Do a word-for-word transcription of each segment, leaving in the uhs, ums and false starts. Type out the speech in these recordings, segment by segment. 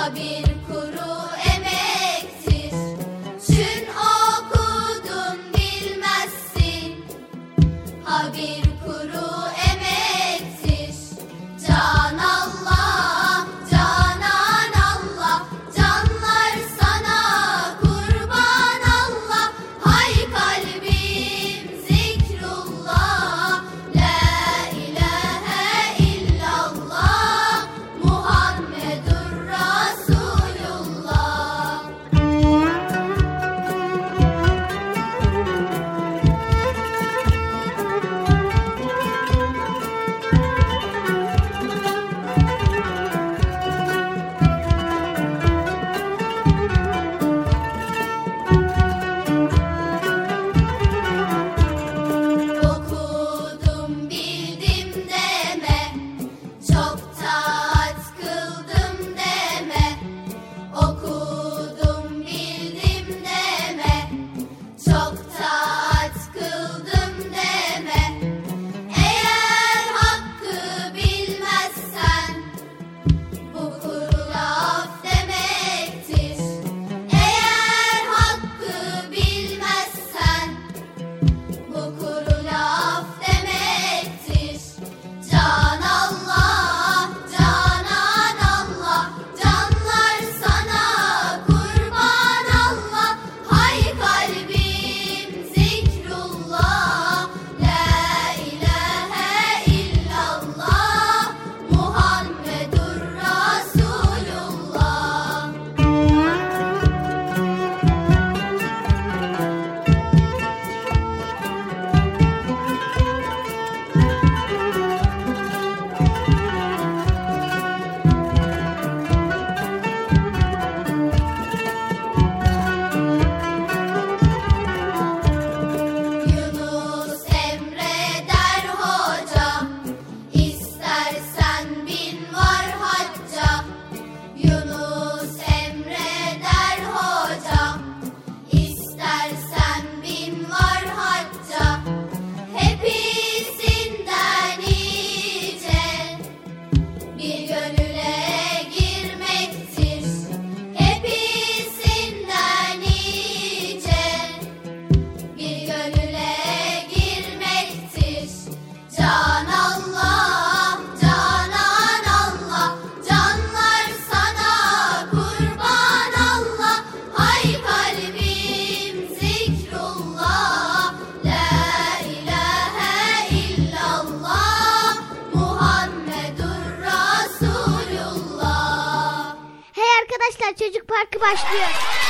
Çocuk Parkı başlıyor.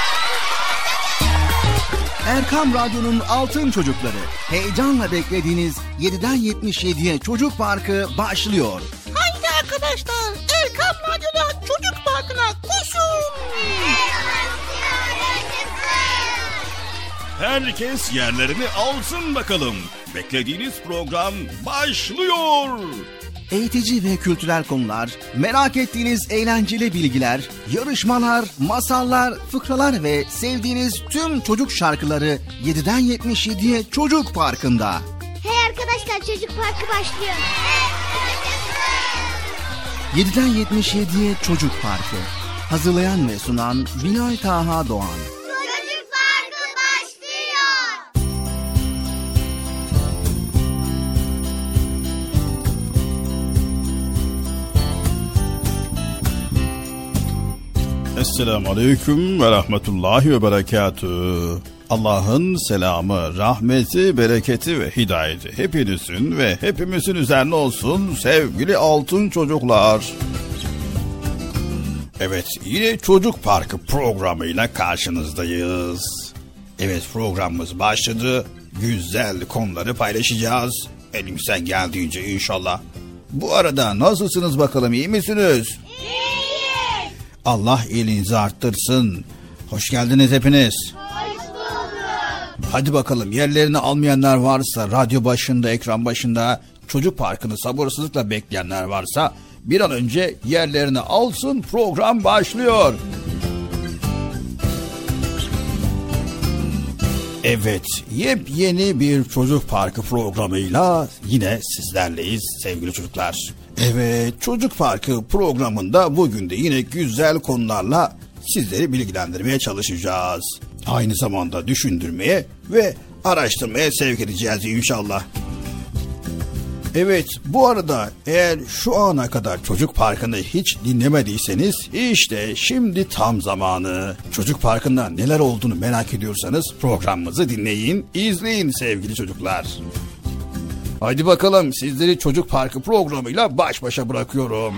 Erkam Radyo'nun Altın Çocukları. Heyecanla beklediğiniz yediden yetmiş yediye Çocuk Parkı başlıyor. Haydi arkadaşlar, Erkam Radyo'da Çocuk Parkı'na koşun. Herkes yerlerini alsın bakalım. Beklediğiniz program başlıyor. Eğitici ve kültürel konular, merak ettiğiniz eğlenceli bilgiler, yarışmalar, masallar, fıkralar ve sevdiğiniz tüm çocuk şarkıları yediden yetmiş yediye Çocuk Parkı'nda. Hey arkadaşlar, Çocuk Parkı başlıyor. yediden yetmiş yediye Çocuk Parkı. Hazırlayan ve sunan Bilal Taha Doğan. Çocuk Parkı başlıyor. Esselamu Aleyküm ve Rahmetullahi ve Berekatühü. Allah'ın selamı, rahmeti, bereketi ve hidayeti hepinizin ve hepimizin üzerine olsun sevgili altın çocuklar. Evet, yine Çocuk Parkı programıyla karşınızdayız. Evet, programımız başladı. Güzel konuları paylaşacağız. Elimizden geldiğince inşallah. Bu arada nasılsınız bakalım, iyi misiniz? İyiyiz. Allah iyiliğinizi arttırsın. Hoş geldiniz hepiniz. Hoş bulduk. Hadi bakalım, yerlerini almayanlar varsa, radyo başında, ekran başında Çocuk Parkı'nı sabırsızlıkla bekleyenler varsa bir an önce yerlerini alsın, program başlıyor. Evet, yepyeni bir Çocuk Parkı programıyla yine sizlerleyiz sevgili çocuklar. Evet, Çocuk Parkı programında bugün de yine güzel konularla sizleri bilgilendirmeye çalışacağız. Aynı zamanda düşündürmeye ve araştırmaya sevk edeceğiz inşallah. Evet, bu arada eğer şu ana kadar Çocuk Parkı'nı hiç dinlemediyseniz işte şimdi tam zamanı. Çocuk Parkı'nda neler olduğunu merak ediyorsanız programımızı dinleyin, izleyin sevgili çocuklar. Haydi bakalım, sizleri Çocuk Parkı programıyla baş başa bırakıyorum.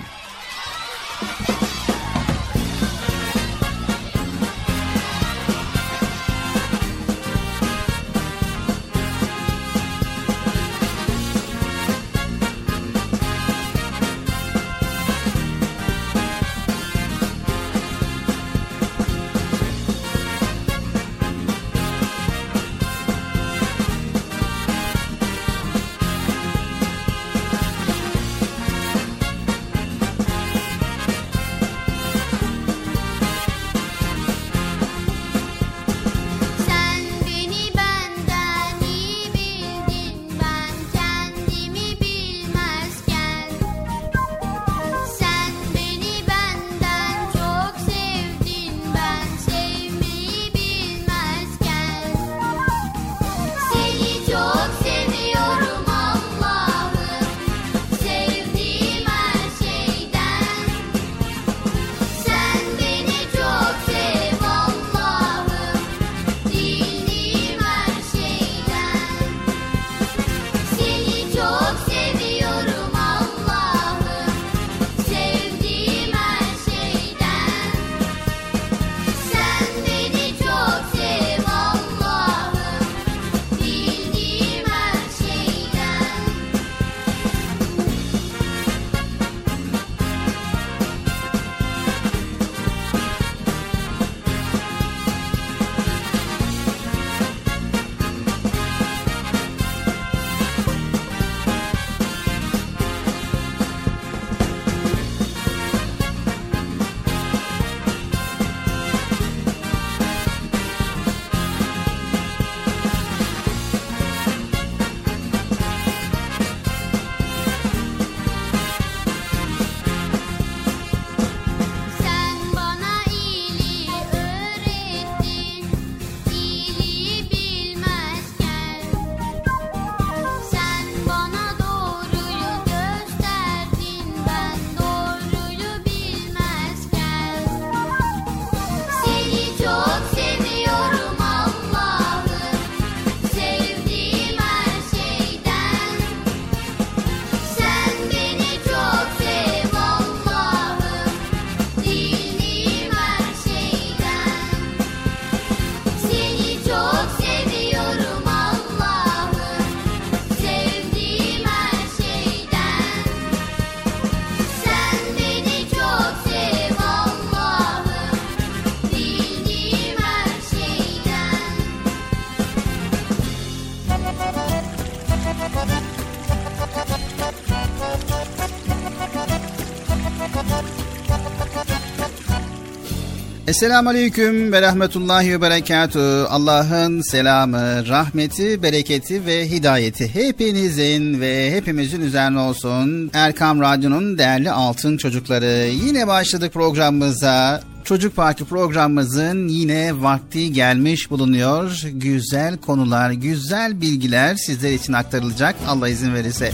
Esselamu Aleyküm ve Rahmetullahi ve Berekatuhu. Allah'ın selamı, rahmeti, bereketi ve hidayeti hepinizin ve hepimizin üzerine olsun. Erkam Radyo'nun değerli altın çocukları, yine başladık programımıza. Çocuk Parkı programımızın yine vakti gelmiş bulunuyor. Güzel konular, güzel bilgiler sizler için aktarılacak Allah izin verirse.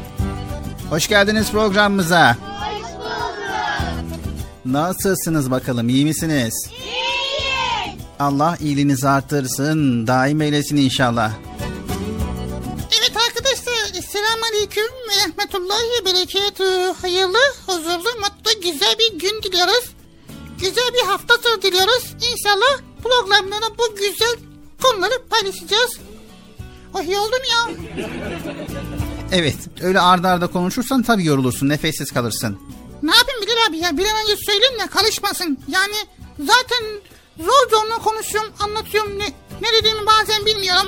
Hoş geldiniz programımıza. Hoş bulduk. Nasılsınız bakalım, iyi misiniz? İyiyiz. Allah iyiliğinizi artırsın, daim eylesin inşallah. Evet arkadaşlar, Esselamu Aleyküm ve Rahmetullahi ve Berekatuhu. Hayırlı, huzurlu, mutlu, güzel bir gün diliyoruz. Güzel bir hafta sonu diliyoruz. İnşallah programlarda bu güzel konuları paylaşacağız. Oh, iyi oldum ya. Evet, öyle arda arda konuşursan tabii yorulursun, nefessiz kalırsın. Ne yapayım Bilal abi ya, bir an önce söyleyeyim de karışmasın. Yani zaten zor zorla konuşuyorum, anlatıyorum, ne, ne dediğimi bazen bilmiyorum.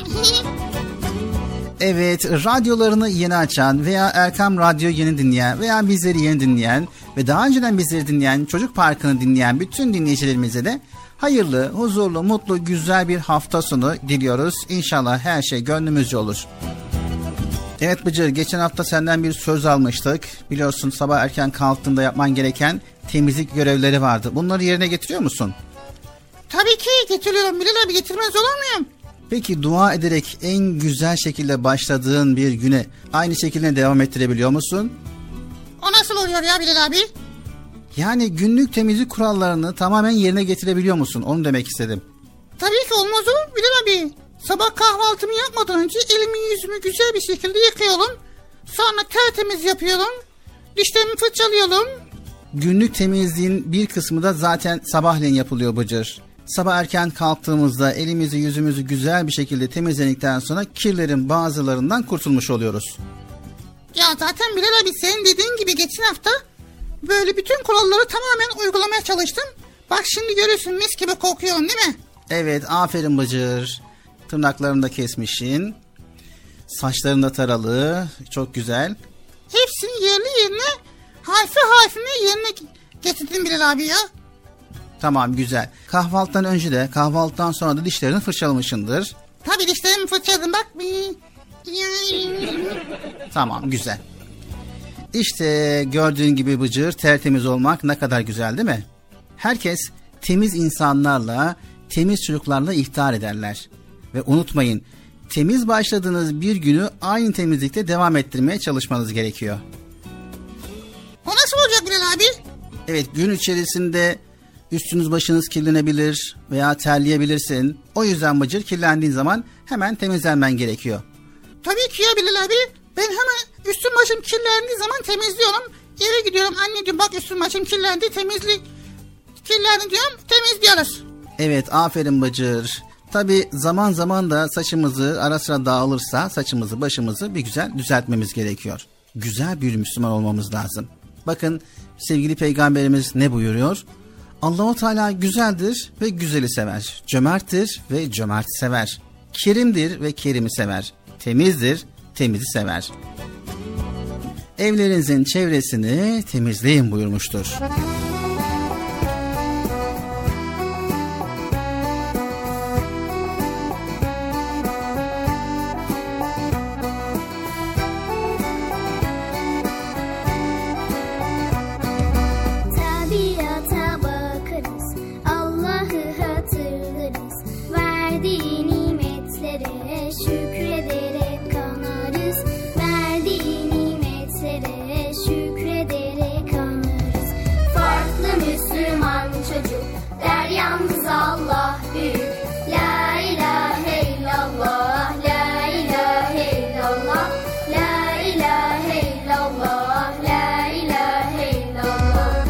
Evet, radyolarını yeni açan veya Erkam Radyo yeni dinleyen veya bizleri yeni dinleyen ve daha önceden bizleri dinleyen, Çocuk Parkı'nı dinleyen bütün dinleyicilerimize de hayırlı, huzurlu, mutlu, güzel bir hafta sonu diliyoruz. İnşallah her şey gönlümüzce olur. Evet Bıcır, geçen hafta senden bir söz almıştık. Biliyorsun sabah erken kalktığında yapman gereken temizlik görevleri vardı. Bunları yerine getiriyor musun? Tabii ki getiriyorum Bilal abi, getirmez olur muyum? Peki dua ederek en güzel şekilde başladığın bir güne aynı şekilde devam ettirebiliyor musun? O nasıl oluyor ya Bilal abi? Yani günlük temizlik kurallarını tamamen yerine getirebiliyor musun? Onu demek istedim. Tabii ki olmaz olur mu Bilal abi? Sabah kahvaltımı yapmadan önce elimi yüzümü güzel bir şekilde yıkıyorum. Sonra tertemiz yapıyorum. Dişlerimi fırçalıyorum. Günlük temizliğin bir kısmı da zaten sabahleyin yapılıyor Bıcır. Sabah erken kalktığımızda elimizi yüzümüzü güzel bir şekilde temizledikten sonra kirlerin bazılarından kurtulmuş oluyoruz. Ya zaten Bilal abi senin dediğin gibi geçen hafta böyle bütün kuralları tamamen uygulamaya çalıştım. Bak şimdi görüyorsun, mis gibi kokuyorum değil mi? Evet, aferin Bıcır. Tırnaklarını da kesmişsin. Saçların da taralı. Çok güzel. Hepsini yerli yerine, harfi harfine yerine getirdim Bilal abi ya. Tamam, güzel. Kahvaltıdan önce de kahvaltıdan sonra da dişlerini fırçalamışsındır. Tabii dişlerimi fırçaladım bak. Tamam, güzel. İşte gördüğün gibi Bıcır, tertemiz olmak ne kadar güzel değil mi? Herkes temiz insanlarla, temiz çocuklarla iftihar ederler. Ve unutmayın, temiz başladığınız bir günü aynı temizlikte devam ettirmeye çalışmanız gerekiyor. O nasıl olacak Bilal abi? Evet, gün içerisinde üstünüz başınız kirlenebilir veya terleyebilirsin. O yüzden Bıcır, kirlendiğin zaman hemen temizlenmen gerekiyor. Tabii ki ya Bilal abi. Ben hemen üstüm başım kirlendiği zaman temizliyorum. Eve gidiyorum, anne diyorum bak üstüm başım kirlendi, temizlik kirlendi diyorum, temizliyoruz. Evet, aferin Bıcır. Tabii zaman zaman da saçımızı ara sıra dağılırsa saçımızı başımızı bir güzel düzeltmemiz gerekiyor. Güzel bir Müslüman olmamız lazım. Bakın sevgili Peygamberimiz ne buyuruyor? Allah-u Teala güzeldir ve güzeli sever. Cömerttir ve cömerti sever. Kerimdir ve kerimi sever. Temizdir, temizi sever. Evlerinizin çevresini temizleyin buyurmuştur. Allah büyük, la ilahe illallah, la ilahe illallah, la ilahe illallah, la ilahe illallah.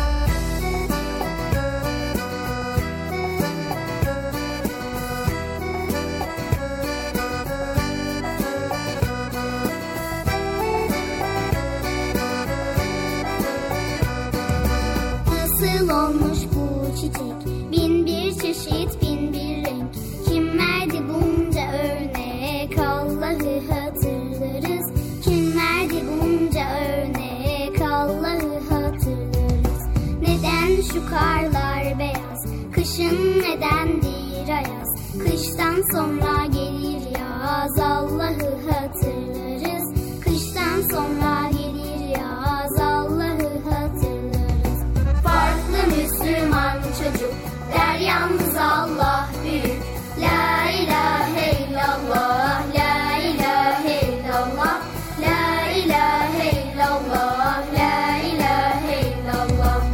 Nasıl olmuş bu çiçek? Bin bir çeşit, bin bir renk. Kim verdi bunca örnek? Allah'ı hatırlarız. Kim verdi bunca örnek? Allah'ı hatırlarız. Neden şu karlar beyaz? Kışın nedendir ayaz? Kıştan sonra gelir yaz. Allah'ı hatırlarız. Kıştan sonra gelir yaz. Allah'ı hatırlarız. Farklı Müslüman çocuk der yalnız Allah büyük. La ilahe illallah, la ilahe illallah, la ilahe illallah, la ilahe illallah.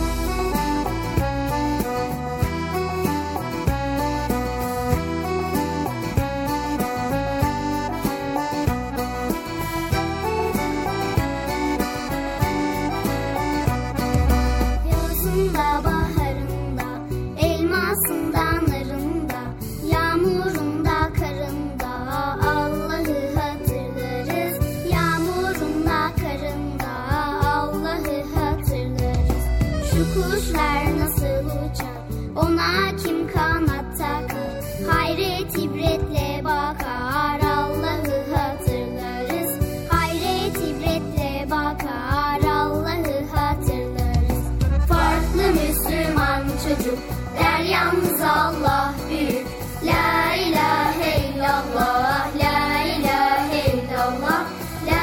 Yazında, baharında, elmasında, narında, yağmurunda, karında Allah'ı hatırlarız. Yağmurunda, karında Allah'ı hatırlarız. Şu kuşlar nasıl uçar, ona kim kanat takar? Hayret ibretle bakar, Allah'ı hatırlarız. Hayret ibretle bakar, Allah'ı hatırlarız. Farklı Müslüman çocuk der yalnız Allah büyük. La ilahe illallah, la ilahe illallah, la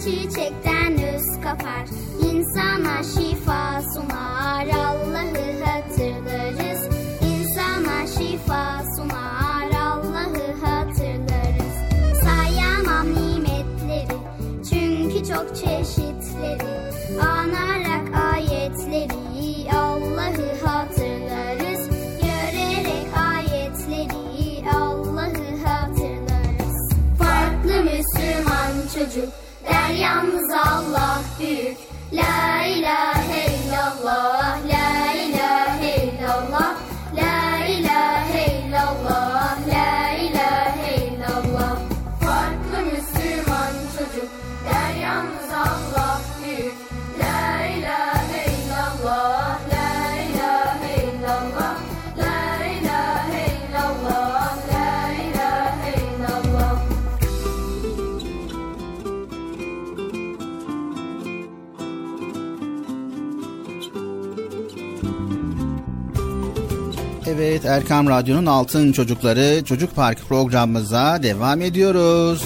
çiçekten öz kapar. İnsana şifa sunar, Allah'ı hatırlarız. İnsana şifa sunar, Allah'ı hatırlarız. Sayamam nimetleri, çünkü çok çeşitleri. Anarak ayetleri, Allah'ı hatırlarız. Görerek ayetleri, Allah'ı hatırlarız. Farklı Müslüman çocuk der yalnız Allah büyük. La ilahe illallah, la ilahe illallah, la ilahe illallah, la ilahe illallah. Farklı Müslüman çocuk der yalnız Allah büyük. La ilahe illallah, la ilahe illallah, la ilahe illallah, la ilahe illallah. Evet, Erkam Radyo'nun Altın Çocukları Çocuk Park programımıza devam ediyoruz.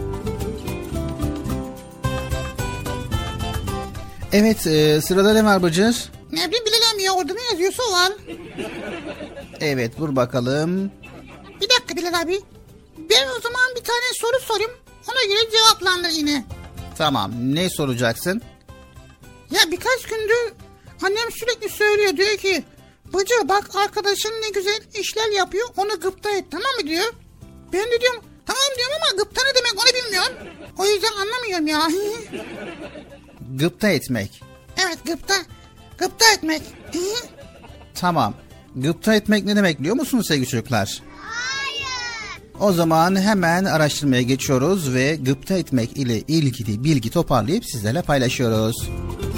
Evet, e, sırada ne var Bıcır? Ne bileyim Bilal abi ya, orada ne yazıyorsa o var. Evet, dur bakalım. Bir dakika Bilal abi. Ben o zaman bir tane soru sorayım. Ona göre cevaplandır yine. Tamam, ne soracaksın? Ya birkaç gündür annem sürekli söylüyor, diyor ki Bıcır bak arkadaşın ne güzel işler yapıyor, onu gıpta et, tamam mı diyor. Ben de diyorum tamam diyorum ama gıpta ne demek onu bilmiyorum. O yüzden anlamıyorum ya. Gıpta etmek. Evet, gıpta. Gıpta etmek. Tamam. Gıpta etmek ne demek biliyor musunuz sevgili çocuklar? Hayır. O zaman hemen araştırmaya geçiyoruz ve gıpta etmek ile ilgili bilgi toparlayıp sizlerle paylaşıyoruz.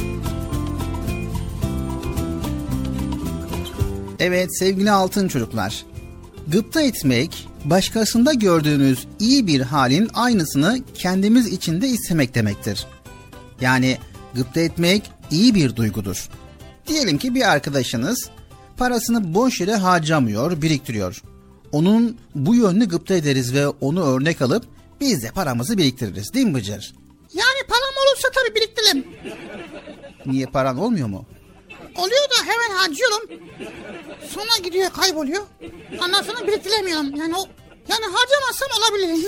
Evet sevgili altın çocuklar. Gıpta etmek, başkasında gördüğünüz iyi bir halin aynısını kendimiz için de istemek demektir. Yani gıpta etmek iyi bir duygudur. Diyelim ki bir arkadaşınız parasını boş yere harcamıyor, biriktiriyor. Onun bu yönünü gıpta ederiz ve onu örnek alıp biz de paramızı biriktiririz, değil mi Bıcır? Yani param olursa tabii biriktiririm. Niye, paran olmuyor mu? Oluyor da hemen harcıyorum. Sonra gidiyor, kayboluyor. Ondan sonra biriktiremiyorum. Yani o, yani harcamazsam olabilir.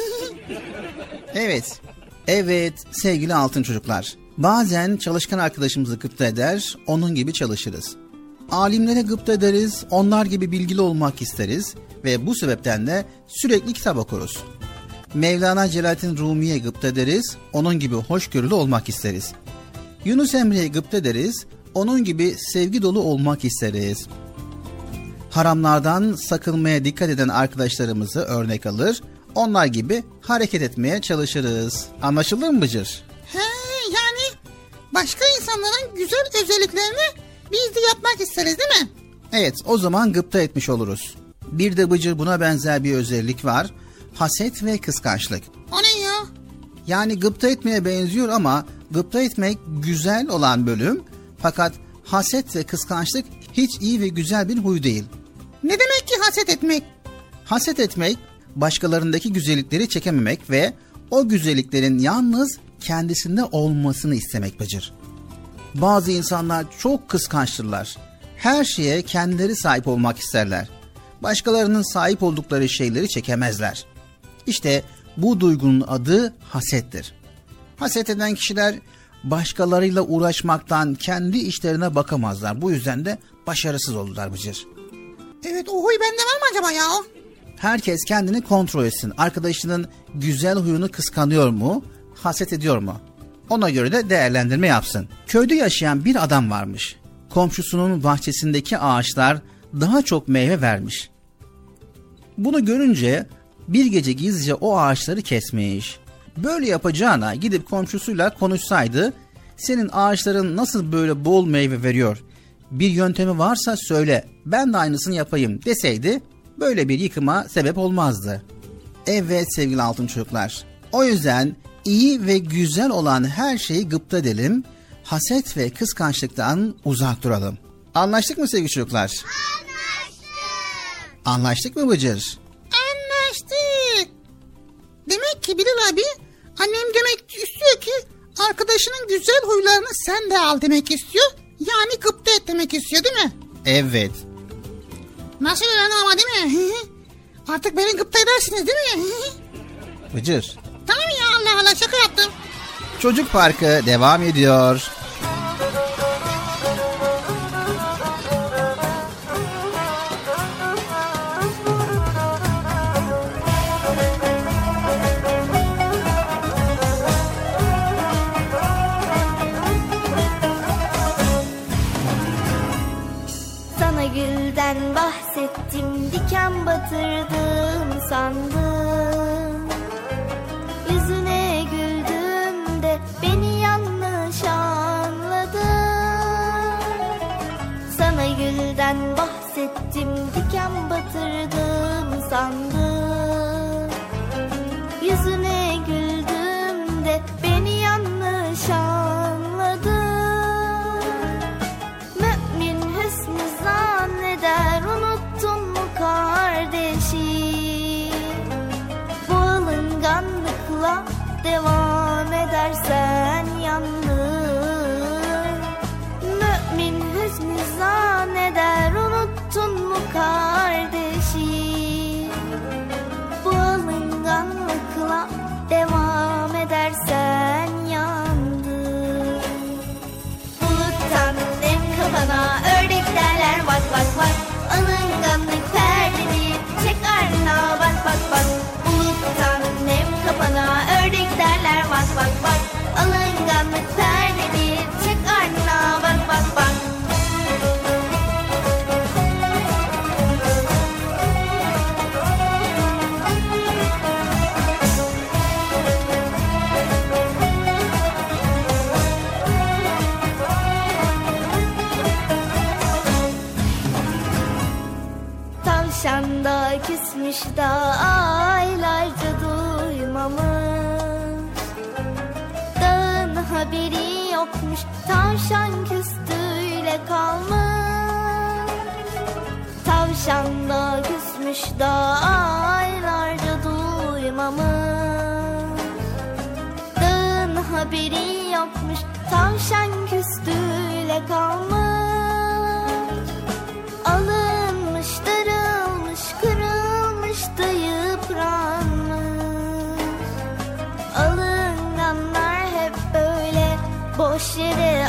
Evet. Evet sevgili altın çocuklar. Bazen çalışkan arkadaşımızı gıpta eder, onun gibi çalışırız. Alimlere gıpta ederiz, onlar gibi bilgili olmak isteriz ve bu sebepten de sürekli kitap okuruz. Mevlana Celaleddin Rumi'ye gıpta ederiz, onun gibi hoşgörülü olmak isteriz. Yunus Emre'ye gıpta ederiz, onun gibi sevgi dolu olmak isteriz. Haramlardan sakınmaya dikkat eden arkadaşlarımızı örnek alır, onlar gibi hareket etmeye çalışırız. Anlaşıldı mı Bıcır? He, yani başka insanların güzel özelliklerini biz de yapmak isteriz değil mi? Evet, o zaman gıpta etmiş oluruz. Bir de Bıcır buna benzer bir özellik var. Haset ve kıskançlık. O ne ya? Yani gıpta etmeye benziyor ama gıpta etmek güzel olan bölüm. Fakat haset ve kıskançlık hiç iyi ve güzel bir huy değil. Ne demek ki haset etmek? Haset etmek, başkalarındaki güzellikleri çekememek ve o güzelliklerin yalnız kendisinde olmasını istemek Bıcır. Bazı insanlar çok kıskançtırlar. Her şeye kendileri sahip olmak isterler. Başkalarının sahip oldukları şeyleri çekemezler. İşte bu duygunun adı hasettir. Haset eden kişiler başkalarıyla uğraşmaktan kendi işlerine bakamazlar. Bu yüzden de başarısız olurlar Bıcır. Evet, o huy bende var mı acaba ya? Herkes kendini kontrol etsin. Arkadaşının güzel huyunu kıskanıyor mu, haset ediyor mu? Ona göre de değerlendirme yapsın. Köyde yaşayan bir adam varmış. Komşusunun bahçesindeki ağaçlar daha çok meyve vermiş. Bunu görünce bir gece gizlice o ağaçları kesmiş. Böyle yapacağına gidip komşusuyla konuşsaydı, senin ağaçların nasıl böyle bol meyve veriyor? Bir yöntemi varsa söyle, ben de aynısını yapayım deseydi, böyle bir yıkıma sebep olmazdı. Evet sevgili altın çocuklar, o yüzden iyi ve güzel olan her şeyi gıpta edelim, haset ve kıskançlıktan uzak duralım. Anlaştık mı sevgili çocuklar? Anlaştık. Anlaştık mı Bıcır? Anlaştık. Demek ki Bilal abi, annem demek istiyor ki arkadaşının güzel huylarını sen de al demek istiyor. Yani gıpta et demek istiyor değil mi? Evet. Nasıl öyle ama değil mi? Artık beni gıpta edersiniz değil mi? Bıcır. Tamam ya, Allah Allah, şaka yaptım. Çocuk Parkı devam ediyor. Sana gülden bahsettim, diken batırdım sandım. Yüzüne güldüm de beni yanlış anladın. Sana gülden bahsettim, diken batırdım sandım. Yüzüne güldüm de beni yanlış anladın. Mümin hüsnü zanneder, unuttun mu kardeşim? Bu alınganlıkla devam edersen yandın. Mümin hüsnü zanneder, unuttun mu kardeşim? Bu alınganlıkla devam edersen yandın. Buluttan nem kafana, ördek derler vak vak vak. Alınganlık perdeni çek ardına bak bak bak. Buluttan nem kafana, ördek derler vak vak vak. Alınganlık perdeni çek ardına bak bak bak. Tavşan da küsmüş da aylarca duymamış. Dağın haberi yokmuş, tavşan küstüyle kalmış. Tavşan da küsmüş da aylarca duymamış. Dağın haberi yokmuş, tavşan küstüyle kalmış. Alınmış, darılmış, kırılmış da yıpranmış. Alınganlar hep böyle boş yere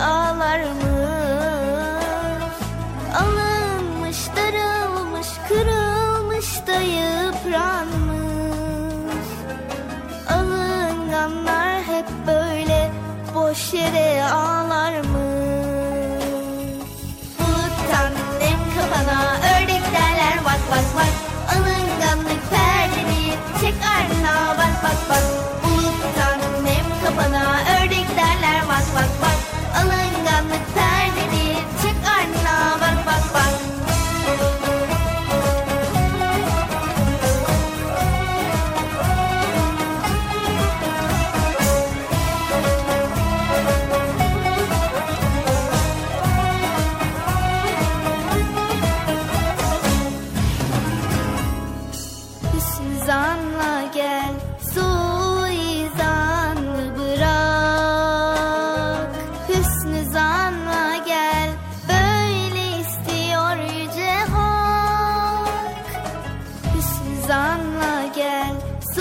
ağlarmış. Alınmış, darılmış, kırılmış da yıpranmış. Alınganlar hep böyle boş yere ağlarmış. Buluttan nem kafana, ördek derler vak vak vak. Alınganlık perdeni çek ardına bak bak bak. Buluttan nem kafana, ördek derler vak vak vak. Alınganlık perdeni çek ardına bak bak bak. Zanla gel, suizanı bırak. Hüsnü zanla gel, böyle istiyor yüce hak. Hüsnü zanla gel,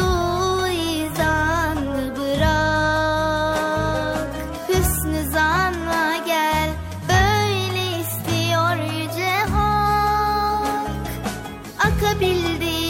suizanı bırak. Hüsnü zanla gel, böyle istiyor yüce hak. Akabildi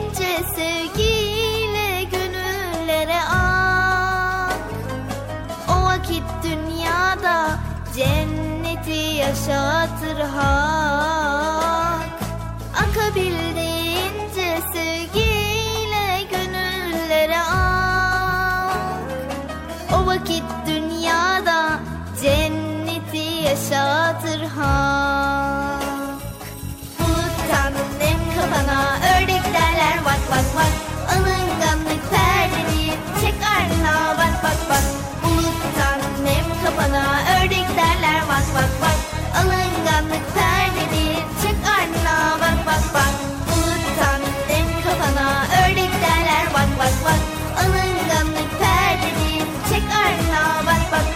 sevgiyle gönüllere ak. O vakit dünyada cenneti yaşatır hak. Akabildiğince sevgiyle gönüllere ak. O vakit dünyada cenneti yaşatır hak. Buluttan nem kafana, ördek derler vak vak vak. Alınganlık perdeni çek ardına bak bak bak. Buluttan nem kafana, ördek derler vak vak vak. Alınganlık perdeni çek ardına bak bak bak. Buluttan nem kafana, ördek derler vak vak vak. Alınganlık perdeni çek ardına bak bak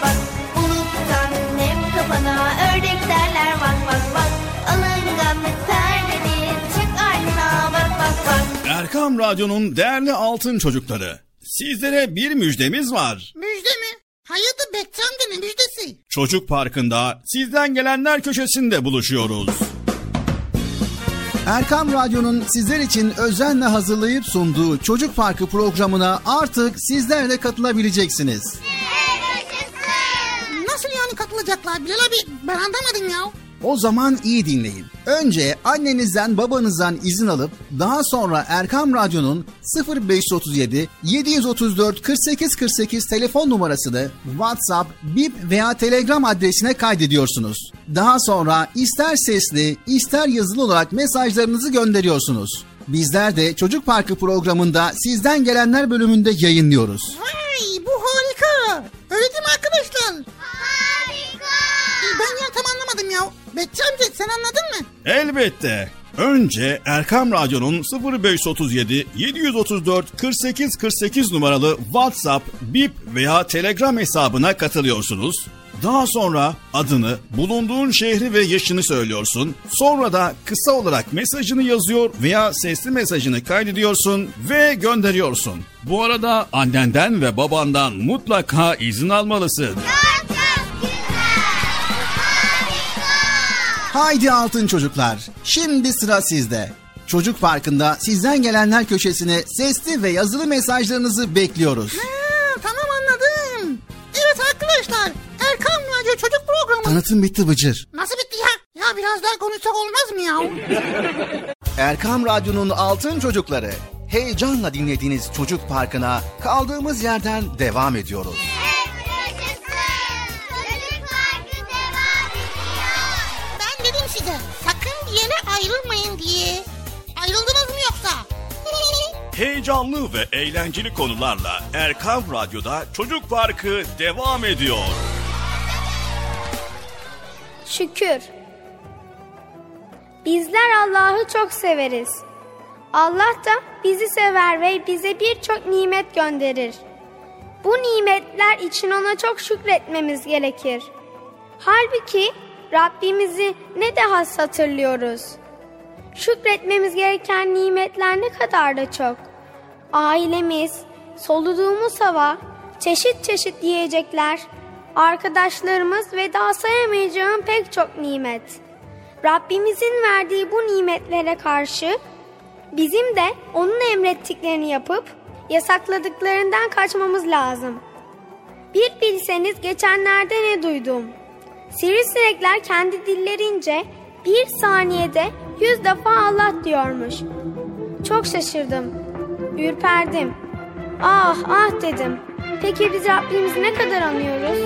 Erkam Radyo'nun değerli altın çocukları, sizlere bir müjdemiz var. Müjde mi? Hayırdır Bekçi amca, ne müjdesi? Çocuk Parkı'nda sizden gelenler köşesinde buluşuyoruz. Erkam Radyo'nun sizler için özenle hazırlayıp sunduğu Çocuk Parkı programına artık sizler de katılabileceksiniz. Nasıl yani katılacaklar Bilal abi? Ben anlamadım ya. O zaman iyi dinleyin. Önce annenizden babanızdan izin alıp daha sonra Erkam Radyo'nun sıfır beş otuz yedi yedi otuz dört kırk sekiz kırk sekiz telefon numarasını WhatsApp, Bip veya Telegram adresine kaydediyorsunuz. Daha sonra ister sesli ister yazılı olarak mesajlarınızı gönderiyorsunuz. Bizler de Çocuk Parkı programında sizden gelenler bölümünde yayınlıyoruz. Vay, bu harika. Öyle değil mi arkadaşlar? Harika. Ben ya tam anlamadım ya. Bekçi amca sen anladın mı? Elbette. Önce Erkam Radyo'nun sıfır beş otuz yedi yedi otuz dört kırk sekiz kırk sekiz numaralı WhatsApp, Bip veya Telegram hesabına katılıyorsunuz. Daha sonra adını, bulunduğun şehri ve yaşını söylüyorsun. Sonra da kısa olarak mesajını yazıyor veya sesli mesajını kaydediyorsun ve gönderiyorsun. Bu arada annenden ve babandan mutlaka izin almalısın. Haydi altın çocuklar, şimdi sıra sizde. Çocuk Parkı'nda sizden gelenler köşesine sesli ve yazılı mesajlarınızı bekliyoruz. Ha, tamam anladım. Evet arkadaşlar, Erkam Radyo Çocuk Programı. Tanıtım bitti Bıcır. Nasıl bitti ya? Ya biraz daha konuşsak olmaz mı ya? Erkam Radyo'nun altın çocukları, heyecanla dinlediğiniz Çocuk Parkı'na kaldığımız yerden devam ediyoruz. Ben dedim size, sakın bir yere ayrılmayın diye. Ayrıldınız mı yoksa? Heyecanlı ve eğlenceli konularla Erkam Radyo'da Çocuk Parkı devam ediyor. Şükür. Bizler Allah'ı çok severiz. Allah da bizi sever ve bize birçok nimet gönderir. Bu nimetler için ona çok şükretmemiz gerekir. Halbuki Rabbimizi ne de has hatırlıyoruz. Şükretmemiz gereken nimetler ne kadar da çok. Ailemiz, soluduğumuz hava, çeşit çeşit yiyecekler, arkadaşlarımız ve daha sayamayacağım pek çok nimet. Rabbimizin verdiği bu nimetlere karşı bizim de onun emrettiklerini yapıp yasakladıklarından kaçmamız lazım. Bir bilseniz geçenlerde ne duydum? Sivrisinekler kendi dillerince bir saniyede yüz defa Allah diyormuş. Çok şaşırdım, ürperdim. Ah ah dedim. Peki biz Rabbimizi ne kadar anıyoruz?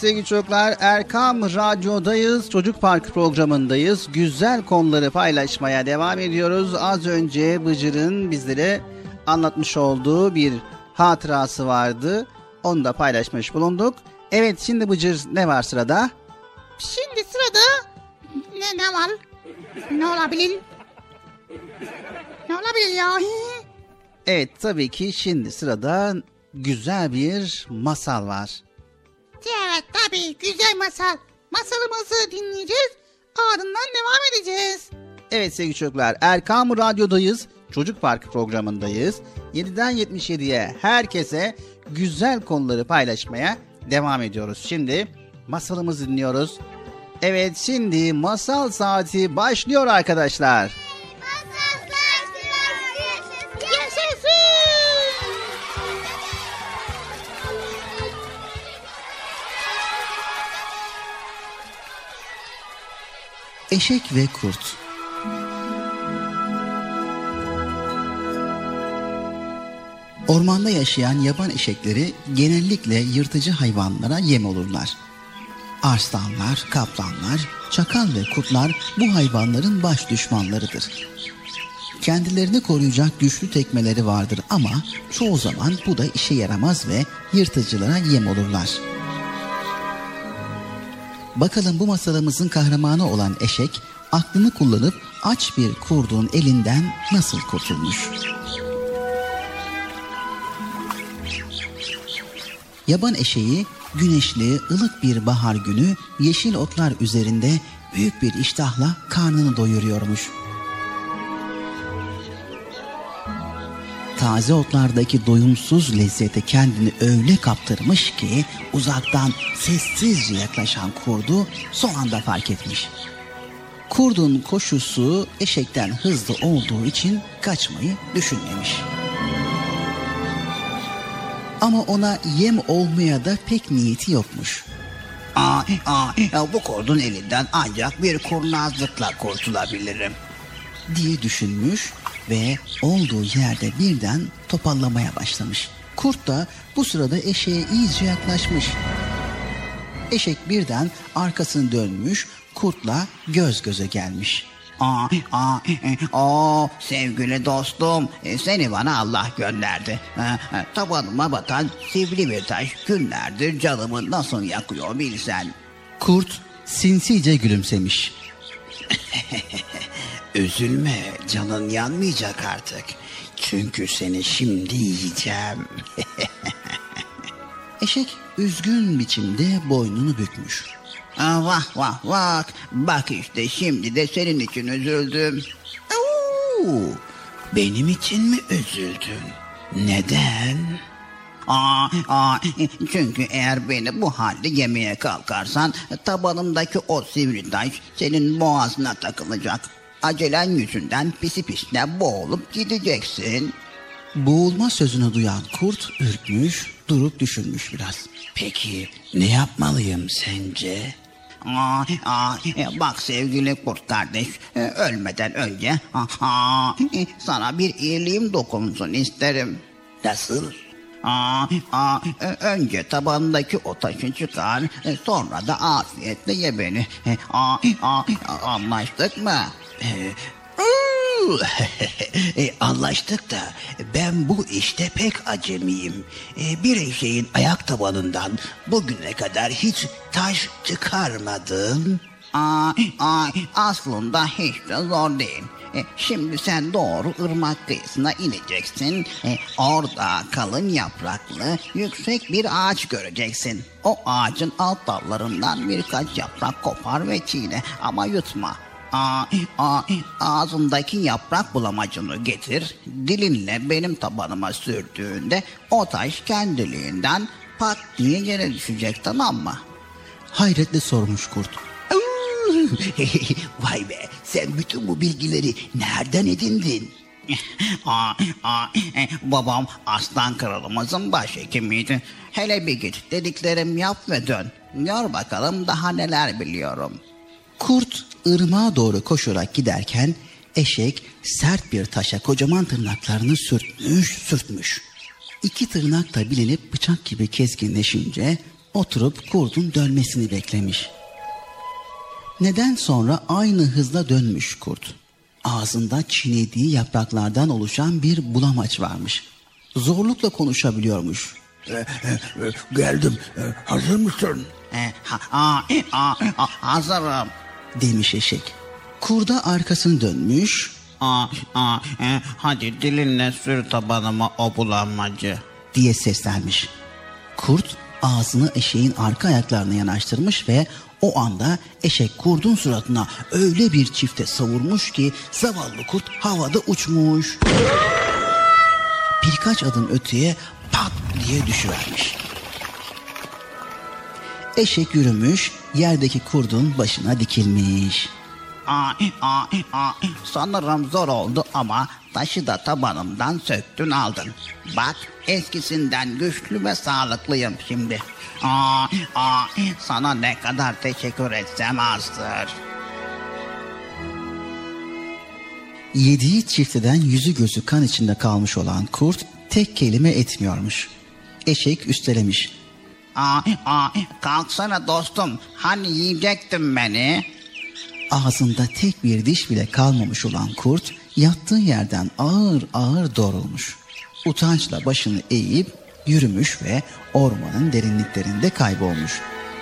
sevgili çocuklar, Erkam Radyo'dayız. Çocuk Parkı programındayız. Güzel konuları paylaşmaya devam ediyoruz. Az önce Bıcır'ın bizlere anlatmış olduğu bir hatırası vardı. Onu da paylaşmış bulunduk. Evet, şimdi Bıcır, ne var sırada? Şimdi sırada ne, ne var? Ne olabilir? Ne olabilir ya? Evet, tabii ki şimdi sırada güzel bir masal var. Evet, tabii güzel masal. Masalımızı dinleyeceğiz. Ardından devam edeceğiz. Evet sevgili çocuklar, Erkam Radyo'dayız. Çocuk Parkı programındayız. yediden yetmiş yediye herkese güzel konuları paylaşmaya devam ediyoruz. Şimdi masalımızı dinliyoruz. Evet, şimdi masal saati başlıyor arkadaşlar. Masal saati Yaşasın! Eşek ve Kurt. Ormanda yaşayan yaban eşekleri genellikle yırtıcı hayvanlara yem olurlar. Arslanlar, kaplanlar, çakal ve kurtlar bu hayvanların baş düşmanlarıdır. Kendilerini koruyacak güçlü tekmeleri vardır ama çoğu zaman bu da işe yaramaz ve yırtıcılara yem olurlar. Bakalım bu masalımızın kahramanı olan eşek aklını kullanıp aç bir kurdun elinden nasıl kurtulmuş? Yaban eşeği güneşli, ılık bir bahar günü yeşil otlar üzerinde büyük bir iştahla karnını doyuruyormuş. Taze otlardaki doyumsuz lezzete kendini öyle kaptırmış ki uzaktan sessizce yaklaşan kurdu son anda fark etmiş. Kurdun koşusu eşekten hızlı olduğu için kaçmayı düşünmemiş. Ama ona yem olmaya da pek niyeti yokmuş. Aa, aa, bu kurdun elinden ancak bir kurnazlıkla kurtulabilirim diye düşünmüş ve olduğu yerde birden topallamaya başlamış. Kurt da bu sırada eşeğe iyice yaklaşmış. Eşek birden arkasını dönmüş, kurtla göz göze gelmiş. Aa, aa, o sevgili dostum, seni bana Allah gönderdi. Tabanıma batan sivri bir taş günlerdir canımı nasıl yakıyor bilsen. Kurt sinsice gülümsemiş. Üzülme, canın yanmayacak artık. Çünkü seni şimdi yiyeceğim. Eşek üzgün biçimde boynunu bükmüş. Aa, vah vah vah, bak işte şimdi de senin için üzüldüm. Oo, benim için mi üzüldün? Neden? Aa, aa, çünkü eğer beni bu halde yemeye kalkarsan tabanımdaki o sivri taş senin boğazına takılacak. Acelen yüzünden pisi pisine boğulup gideceksin. Boğulma sözünü duyan kurt ürkmüş, durup düşünmüş biraz. Peki ne yapmalıyım sence? Aa, aa, bak sevgili kurt kardeş, ölmeden önce aha, sana bir iyiliğim dokunsun isterim. Nasıl? Aa, aa, önce tabanındaki o taşı çıkar, sonra da afiyetle ye beni. Aa, aa, anlaştık mı? e, anlaştık da ben bu işte pek acemiyim. E, bir eşeğin ayak tabanından bugüne kadar hiç taş çıkarmadım. Aa, aa, aslında hiç de zor değil. E, şimdi sen doğru ırmak kıyısına ineceksin. E, orada kalın yapraklı yüksek bir ağaç göreceksin. O ağacın alt dallarından birkaç yaprak kopar ve çiğne ama yutma. Aa, aa, ağzındaki yaprak bulamacını getir, dilinle benim tabanıma sürdüğünde o taş kendiliğinden pat diye yere düşecek, tamam mı? Hayretle sormuş kurt. Vay be, sen bütün bu bilgileri nereden edindin? aa, aa, babam aslan kralımızın başhekimiydi. Hele bir git, dediklerim yap ve dön. Gör bakalım daha neler biliyorum. Kurt ırmağa doğru koşarak giderken eşek sert bir taşa kocaman tırnaklarını sürtmüş sürtmüş. İki tırnak da bilinip bıçak gibi keskinleşince oturup kurdun dönmesini beklemiş. Neden sonra aynı hızla dönmüş kurt. Ağzında çiğnediği yapraklardan oluşan bir bulamaç varmış. Zorlukla konuşabiliyormuş. E, e, e, geldim. E, hazır mısın? E, ha, a, a, a, hazırım demiş eşek. Kurda arkasını dönmüş. Aa, aa, e, hadi dilinle sür tabanıma o bulanmacı diye seslenmiş. Kurt ağzını eşeğin arka ayaklarına yanaştırmış ve o anda eşek kurdun suratına öyle bir çifte savurmuş ki zavallı kurt havada uçmuş. Birkaç adım öteye pat diye düşüvermiş. Eşek yürümüş, yerdeki kurdun başına dikilmiş. Aa, aa, aa, sanırım zor oldu ama taşı da tabanımdan söktün aldın. Bak eskisinden güçlü ve sağlıklıyım şimdi. Aa, aa, sana ne kadar teşekkür etsem azdır. Yediği çifteden yüzü gözü kan içinde kalmış olan kurt tek kelime etmiyormuş. Eşek üstelemiş. Aa, aa, kalksana dostum, hani yiyecektin beni? Ağzında tek bir diş bile kalmamış olan kurt yattığı yerden ağır ağır doğrulmuş. Utançla başını eğip yürümüş ve ormanın derinliklerinde kaybolmuş.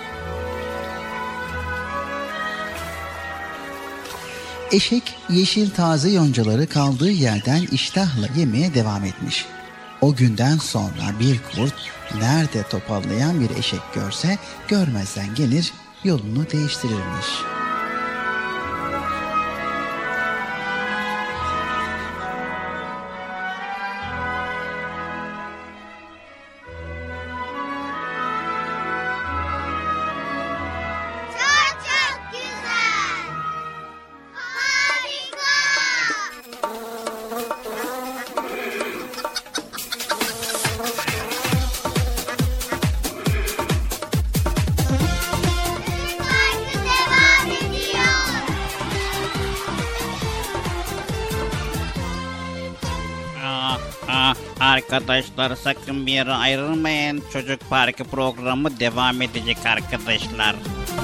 Eşek yeşil taze yoncaları kaldığı yerden iştahla yemeye devam etmiş. O günden sonra bir kurt nerede topallayan bir eşek görse görmezden gelir yolunu değiştirirmiş. Arkadaşlar sakın bir yere ayrılmayın. Çocuk Parkı programı devam edecek arkadaşlar.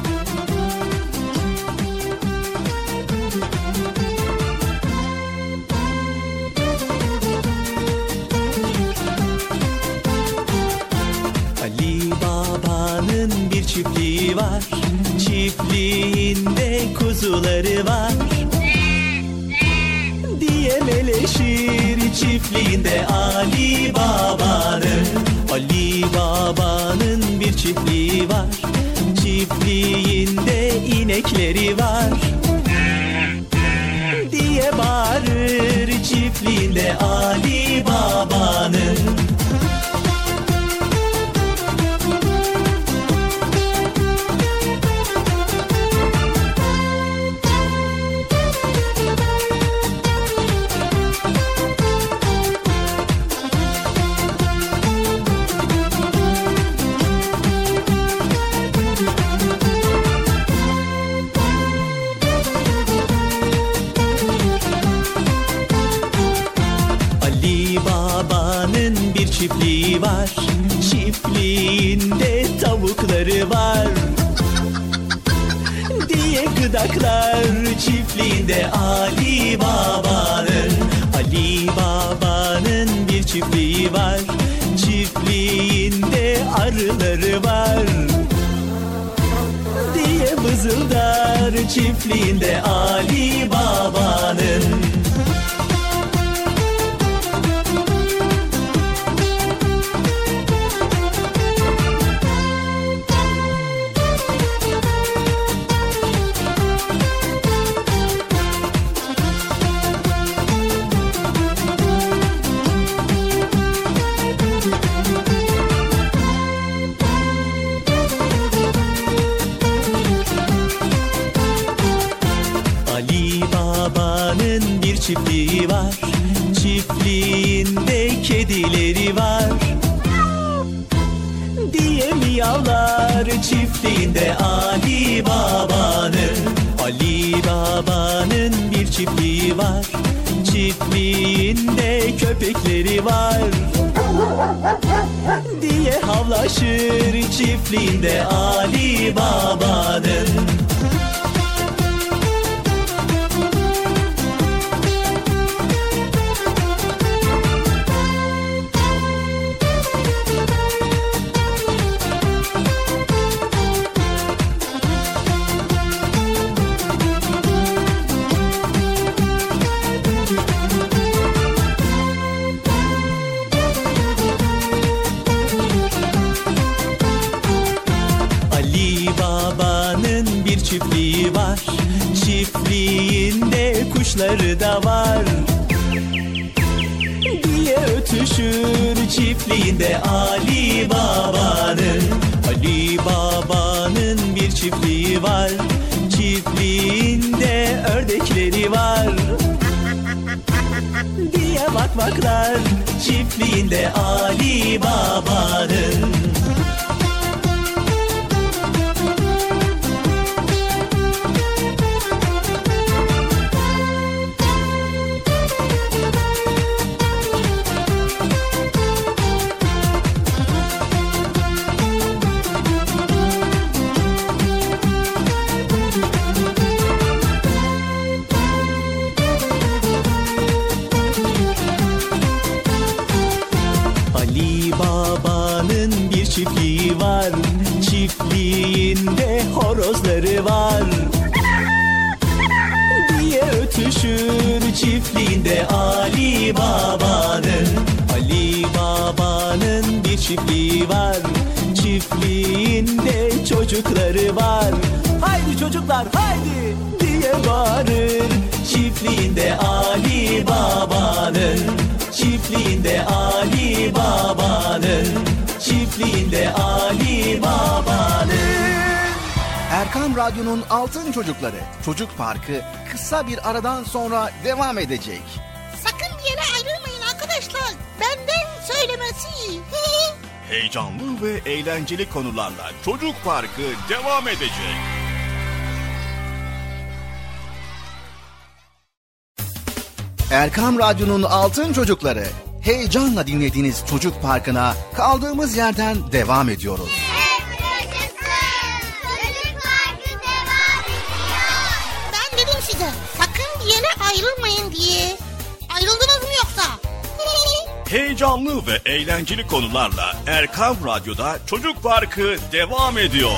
Ali Baba'nın bir çiftliği var. Çiftliğinde kuzuları var. Diye meleşir çiftliğinde Ali Baba'nın. Ali Baba'nın bir çiftliği var. Çiftliğinde inekleri var. Diye bağırır çiftliğinde Ali Baba'nın. Çiftliği var, çiftliğinde tavukları var. Diye gıdaklar çiftliğinde Ali Baba'nın. Ali Baba'nın bir çiftliği var, çiftliğinde arıları var. Diye vızıldar çiftliğinde Ali Baba'nın. Çiftliği var, çiftliğinde kedileri var. Diye miyavlar çiftliğinde Ali Baba'nın. Ali Baba'nın bir çiftliği var, çiftliğinde köpekleri var. Diye havlar dolaşır çiftliğinde Ali Baba'nın. Çiftliği var, çiftliğinde kuşları da var diye ötüşür çiftliğinde Ali Baba'nın. Ali Baba'nın bir çiftliği var, çiftliğinde ördekleri var diye bakmaklar çiftliğinde Ali Baba'nın. Çiftliği var, çiftliğinde horozları var diye ötüşür çiftliğinde Ali Baba'nın. Ali Baba'nın bir çiftliği var, çiftliğinde çocukları var. Haydi çocuklar haydi diye bağırır çiftliğinde Ali Baba'nın. Çiftliğinde Ali Baba'nın. Çiftliğinde Ali Baba'nın. Erkam Radyo'nun Altın Çocukları Çocuk Parkı kısa bir aradan sonra devam edecek. Sakın bir yere ayrılmayın arkadaşlar. Benden söylemesi. Heyecanlı ve eğlenceli konularla Çocuk Parkı devam edecek. Erkam Radyo'nun Altın Çocukları, heyecanla dinlediğiniz Çocuk Parkı'na kaldığımız yerden devam ediyoruz. Ben dedim size sakın bir yere ayrılmayın diye. Ayrıldınız mı yoksa? Heyecanlı ve eğlenceli konularla Erkam Radyo'da Çocuk Parkı devam ediyor.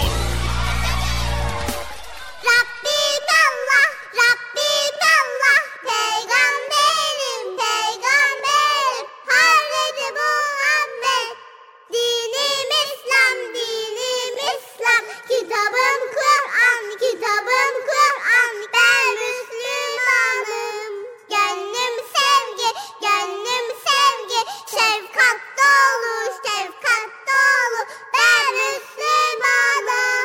Şefkat dolu, şefkat dolu, ben Müslümanım.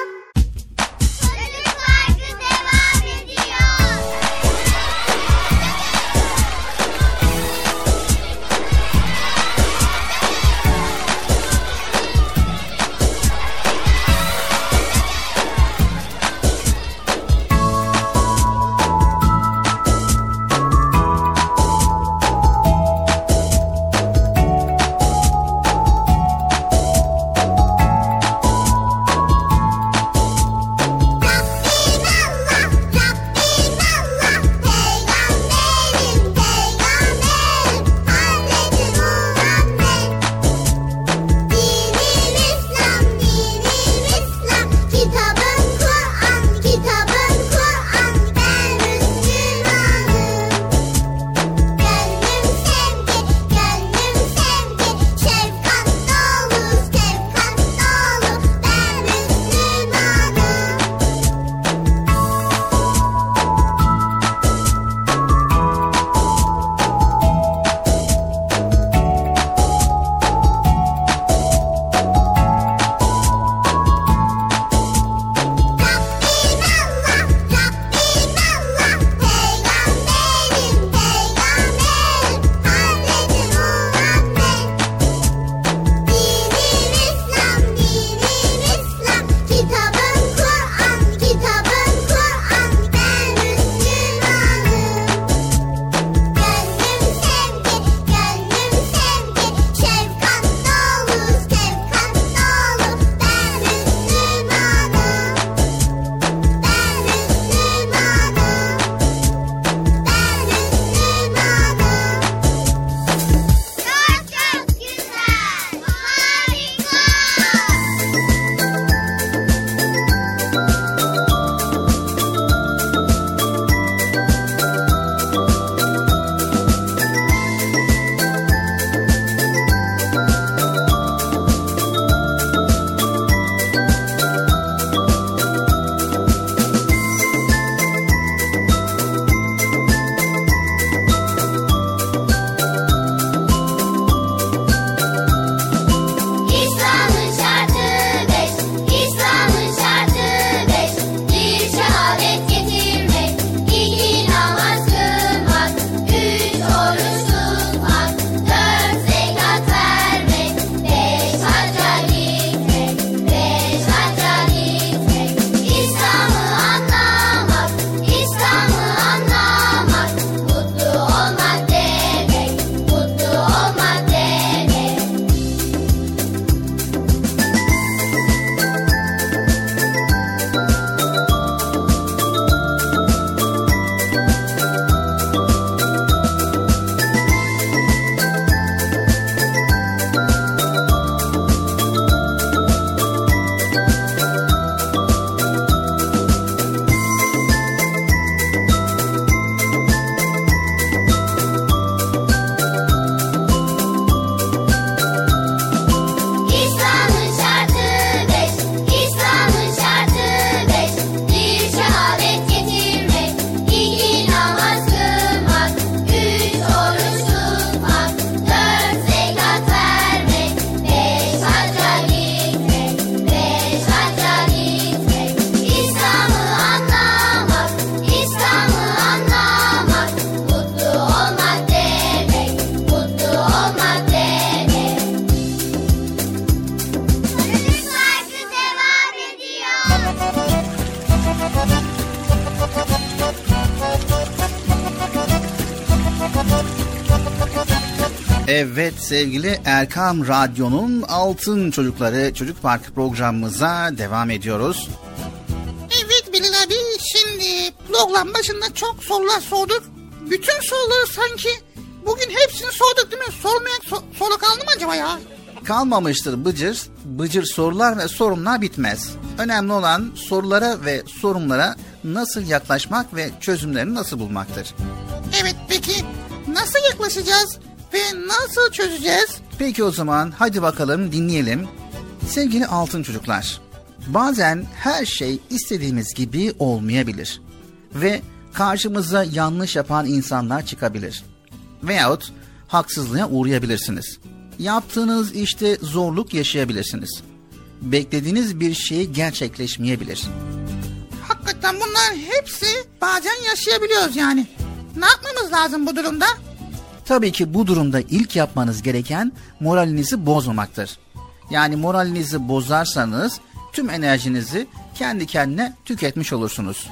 Evet sevgili Erkam Radyo'nun Altın Çocukları Çocuk Parkı programımıza devam ediyoruz. Evet Bilal abi, şimdi program başında çok sorular sorduk. Bütün soruları sanki bugün hepsini sorduk değil mi? Sormayan so- soru kaldı mı acaba ya? Kalmamıştır Bıcır. Bıcır sorular ve sorunlar bitmez. Önemli olan sorulara ve sorunlara nasıl yaklaşmak ve çözümlerini nasıl bulmaktır. Evet, peki nasıl yaklaşacağız ve nasıl çözeceğiz? Peki o zaman hadi bakalım dinleyelim. Sevgili altın çocuklar, bazen her şey istediğimiz gibi olmayabilir. Ve karşımıza yanlış yapan insanlar çıkabilir. Veyahut haksızlığa uğrayabilirsiniz. Yaptığınız işte zorluk yaşayabilirsiniz. Beklediğiniz bir şey gerçekleşmeyebilir. Hakikaten bunlar hepsi bazen yaşayabiliyoruz yani. Ne yapmamız lazım bu durumda? Tabii ki bu durumda ilk yapmanız gereken moralinizi bozmamaktır. Yani moralinizi bozarsanız tüm enerjinizi kendi kendine tüketmiş olursunuz.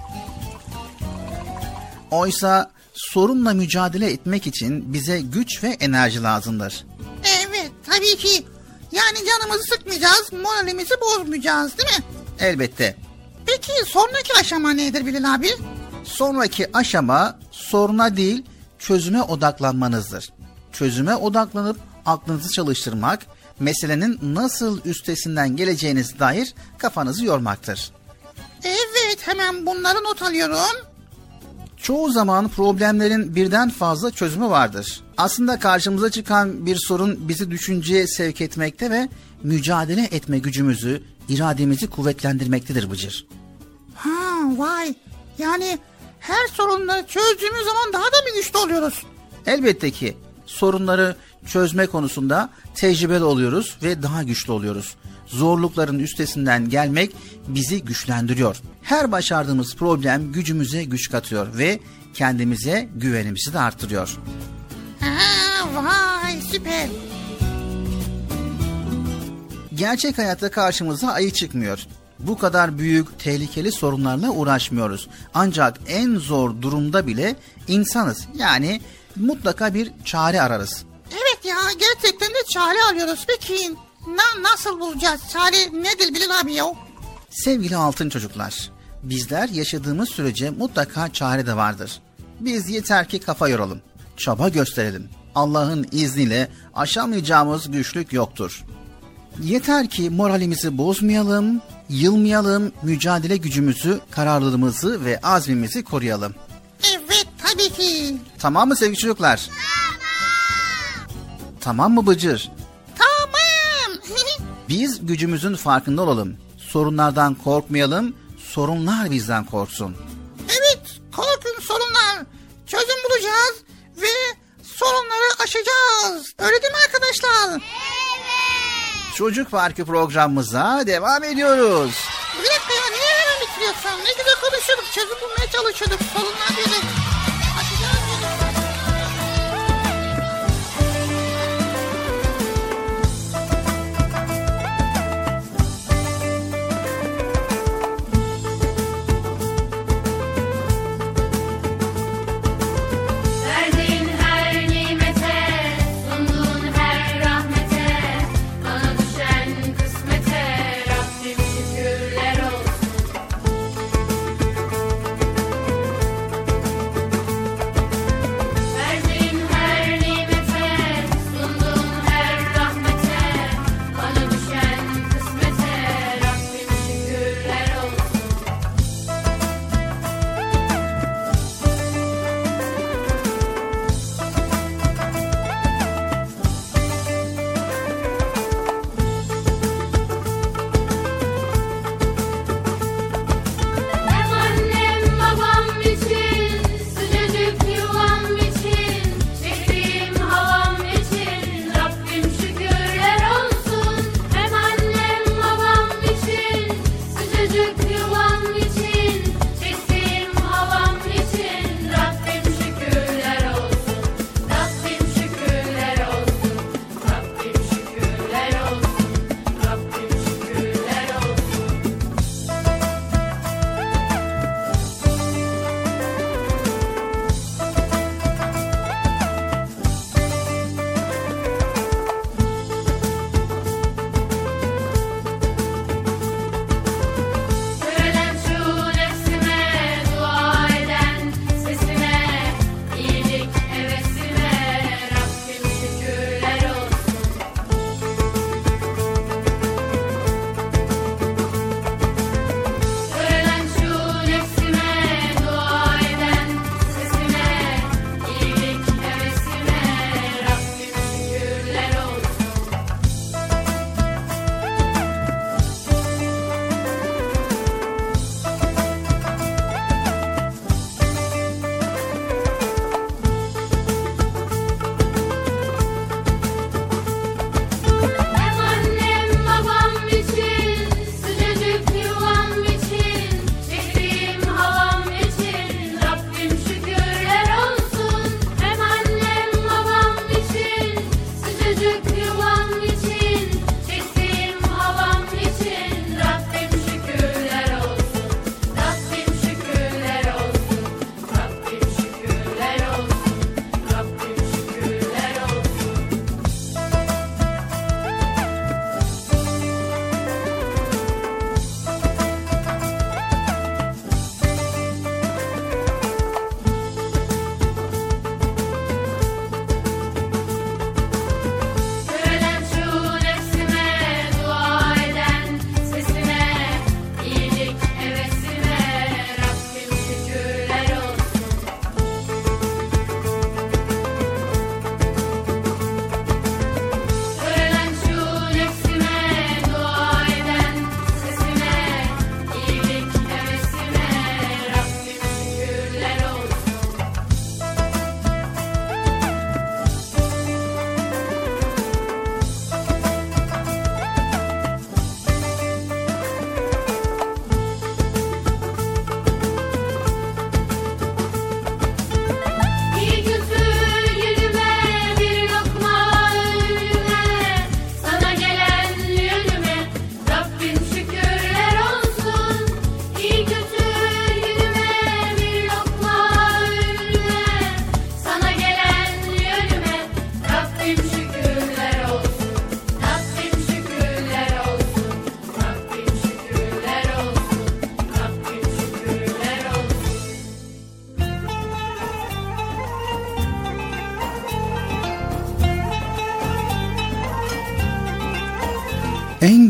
Oysa sorunla mücadele etmek için bize güç ve enerji lazımdır. Evet, tabii ki. Yani canımızı sıkmayacağız, moralimizi bozmayacağız değil mi? Elbette. Peki sonraki aşama nedir Bilal abi? Sonraki aşama soruna değil, çözüme odaklanmanızdır. Çözüme odaklanıp aklınızı çalıştırmak, meselenin nasıl üstesinden geleceğinize dair kafanızı yormaktır. Evet, hemen bunları not alıyorum. Çoğu zaman problemlerin birden fazla çözümü vardır. Aslında karşımıza çıkan bir sorun bizi düşünceye sevk etmekte ve mücadele etme gücümüzü, irademizi kuvvetlendirmektedir Bıcır. Ha, vay. Yani her sorunları çözdüğümüz zaman daha da mı güçlü oluyoruz? Elbette ki sorunları çözme konusunda tecrübeli oluyoruz ve daha güçlü oluyoruz. Zorlukların üstesinden gelmek bizi güçlendiriyor. Her başardığımız problem gücümüze güç katıyor ve kendimize güvenimizi de arttırıyor. Ha, vay süper. Gerçek hayatta karşımıza ayı çıkmıyor. Bu kadar büyük, tehlikeli sorunlarla uğraşmıyoruz. Ancak en zor durumda bile insanız. Yani mutlaka bir çare ararız. Evet ya, gerçekten de çare arıyoruz. Peki na- nasıl bulacağız? Çare nedir Bilal abi ya? Sevgili altın çocuklar, bizler yaşadığımız sürece mutlaka çare de vardır. Biz yeter ki kafa yoralım, çaba gösterelim. Allah'ın izniyle aşamayacağımız güçlük yoktur. Yeter ki moralimizi bozmayalım, yılmayalım, mücadele gücümüzü, kararlılığımızı ve azmimizi koruyalım. Evet, tabii ki. Tamam mı sevgili çocuklar? Tamam. Tamam mı Bıcır? Tamam. Biz gücümüzün farkında olalım. Sorunlardan korkmayalım, sorunlar bizden korksun. Evet, korkun sorunlar. Çözüm bulacağız ve sorunları aşacağız. Öyle değil mi arkadaşlar? Evet. Çocuk Parkı programımıza devam ediyoruz. Bir dakika ya, niye hemen bitiriyorsun? Ne güzel konuşuyorduk, çözüm bulmaya çalışıyorduk. Sorunlar dedik. Aşacağız dedik.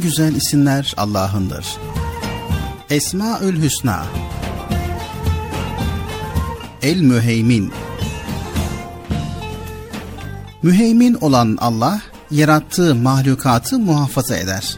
güzel isimler Allah'ındır. Esmaül Hüsna, El Müheymin. Müheymin olan Allah, yarattığı mahlukatı muhafaza eder.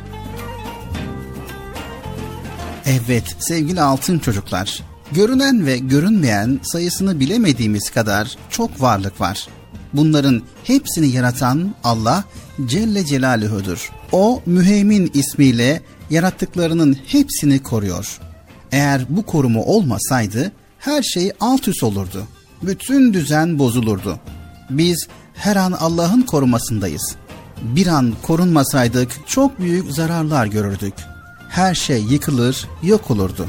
Evet sevgili altın çocuklar, görünen ve görünmeyen sayısını bilemediğimiz kadar çok varlık var. Bunların hepsini yaratan Allah Celle Celaluhu'dur. O Müheymin ismiyle yarattıklarının hepsini koruyor. Eğer bu koruma olmasaydı her şey alt üst olurdu. Bütün düzen bozulurdu. Biz her an Allah'ın korumasındayız. Bir an korunmasaydık çok büyük zararlar görürdük. Her şey yıkılır, yok olurdu.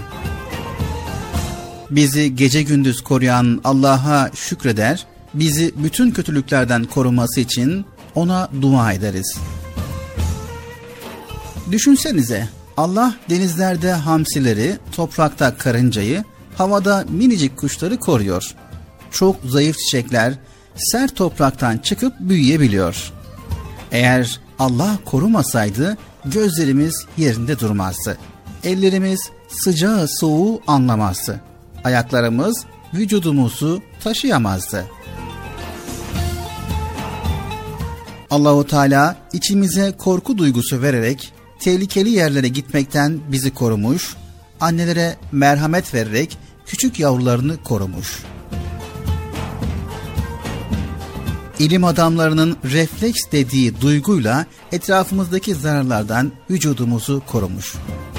Bizi gece gündüz koruyan Allah'a şükreder, bizi bütün kötülüklerden koruması için ona dua ederiz. Düşünsenize, Allah denizlerde hamsileri, toprakta karıncayı, havada minicik kuşları koruyor. Çok zayıf çiçekler sert topraktan çıkıp büyüyebiliyor. Eğer Allah korumasaydı gözlerimiz yerinde durmazdı. Ellerimiz sıcağı soğuğu anlamazdı. Ayaklarımız vücudumuzu taşıyamazdı. Allahu Teala içimize korku duygusu vererek tehlikeli yerlere gitmekten bizi korumuş, annelere merhamet vererek küçük yavrularını korumuş. İlim adamlarının refleks dediği duyguyla etrafımızdaki zararlardan vücudumuzu korumuş.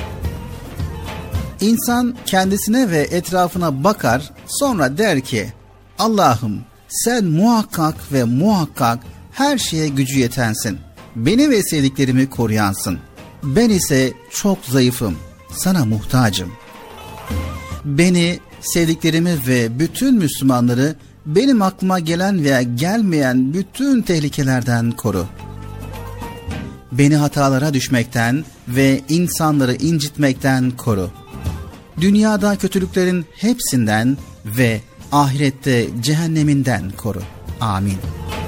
İnsan kendisine ve etrafına bakar, sonra der ki, Allah'ım sen muhakkak ve muhakkak her şeye gücü yetensin. Beni ve sevdiklerimi koruyansın. Ben ise çok zayıfım, sana muhtacım. Beni, sevdiklerimi ve bütün Müslümanları benim aklıma gelen veya gelmeyen bütün tehlikelerden koru. Beni hatalara düşmekten ve insanları incitmekten koru. Dünyada kötülüklerin hepsinden ve ahirette cehenneminden koru. Amin.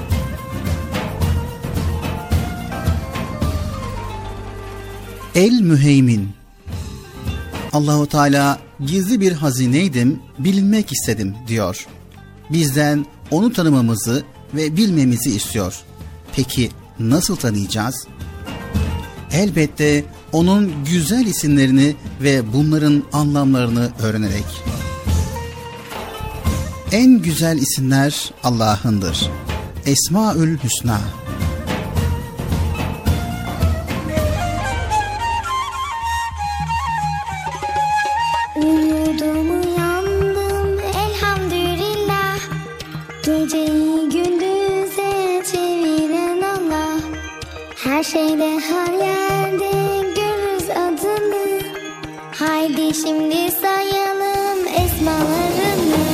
El Müheymin. Allahu Teala gizli bir hazineydim, bilinmek istedim diyor. Bizden onu tanımamızı ve bilmemizi istiyor. Peki nasıl tanıyacağız? Elbette onun güzel isimlerini ve bunların anlamlarını öğrenerek. En güzel isimler Allah'ındır. Esmaül Hüsna. Uyudum uyandım elhamdülillah, geceyi gündüze çeviren Allah, her şeyde her yerde görürüz adını. Haydi şimdi sayalım esmalarını.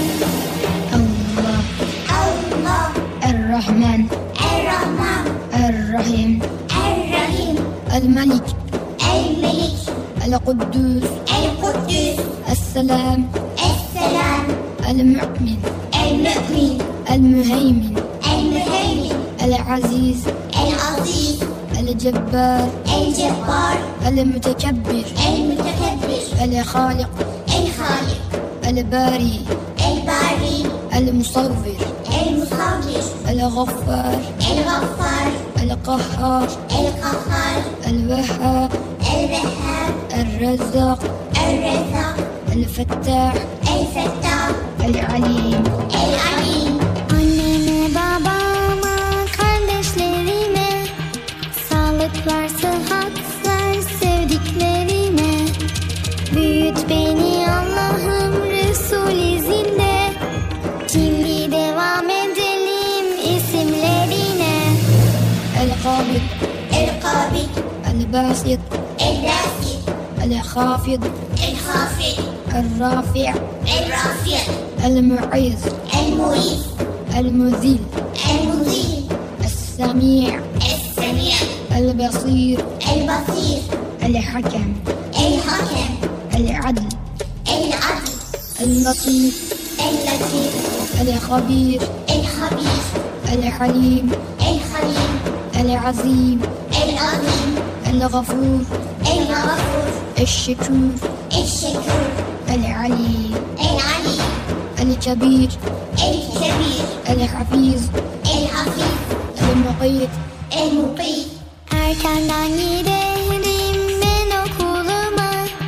Allah, Allah, Er-Rahman, Er-Rahman, Er-Rahim, Er-Rahim, El-Melik, El-Melik, El-Kuddüs, El-Kuddüs, Es-Selam, Es-Selam, El-Mu'min, El-Mu'min, El-Müheymin, El-Müheymin, El-Aziz, El-Aziz, El-Cebbar, El-Cebbar, El-Mütekebbir, El-Mütekebbir, El-Khaliq, El-Khaliq, El-Bari, El-Bari, El-Musavvir, El-Musavvir, El-Ghaffar, El-Ghaffar, El-Qahhar, El-Qahhar, El-Wahhab, El-Wahhab, El-Razzaq, El-Razzaq, El-Fettah, El-Fettah, El-Alim, El-Alim. Anneme, babama, kardeşlerime, sağlık var, sıhhat ver sevdiklerime. Büyüt beni Allah'ım Resul izinde. Şimdi devam edelim isimlerine. El-Kabid, El-Kabid, El-Basit, El-Basit, El-Khafid, El-Khafid, El-Rafi', El-Rafi', El-Mu'iz, El-Mu'iz, El-Muzil, El-Muzil, El-Sami', El-Sami', El-Basir, El-Basir, El-Hakem, El-Hakem, El-Adl, El-Adl, El-Latif, El-Latif, El-Khabir, El-Khabir, El-Halim, El-Halim, El-Azim, El-Azim, El-Ghafur, الشكور الشكور العليم العليم الكبير الكبير الحفيظ الحفيظ المقيت المقيت. Erkenden giderim ben okuluma,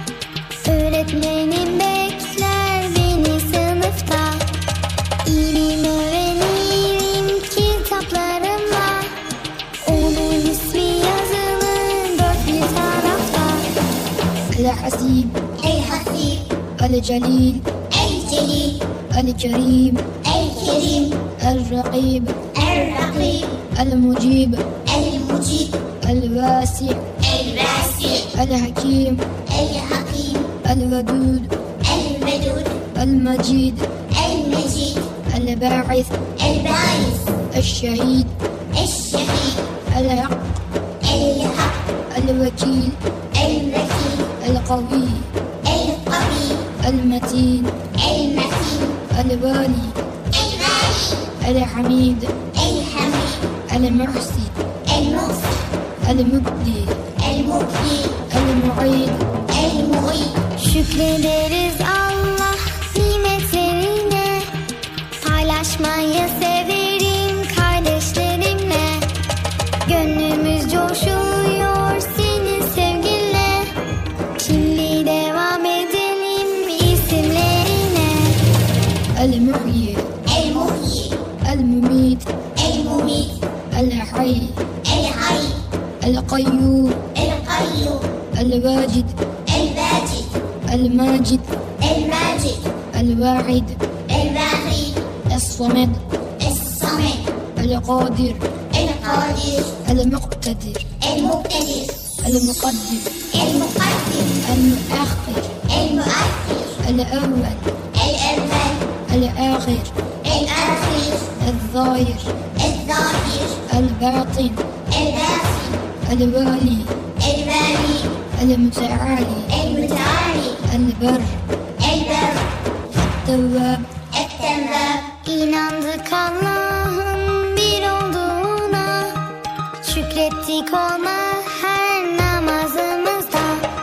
öğretmenim bekler beni sınıfta. İlim öğrenirim kitaplarımla, onun ismi yazılı dört bir tarafta. الحسيب الحسيب الجليل الجليل الكريم الكريم الرقيب الرقيب المجيب المجيب الواسع الواسع الحكيم الحكيم الودود الودود المجيد المجيد الباعث الباعث الشهيد الشهيد الحق الحق الوكيل الوكيل القوي القوي المتين المتين الوالي الوالي الحميد الحميد المحسن المحسن المبدي المبدي المعيد المعيد. Şükrederiz Allah nimetlerine, paylaşmayı severim kardeşlerimle. Gönlümüz coşuyor senin sevginle, şimdi devam edelim isimlerine. المحيي المحيي المميت المميت الحي الحي القيوم القيوم الواجد الواجد الماجد الماجد الواحد الواحد الصمد الصمد القادر القادر المقتدر المقتدر المقدم المقدم المؤخر المؤخر الأول الأول الآخر الآخر الظاهر الظاهر الباطن الباطن الوالي الوالي المتعالي المتعالي البر البر التواب التواب. İnandık Allah'ın bir olduğuna, şükrettik ona her namazımızda.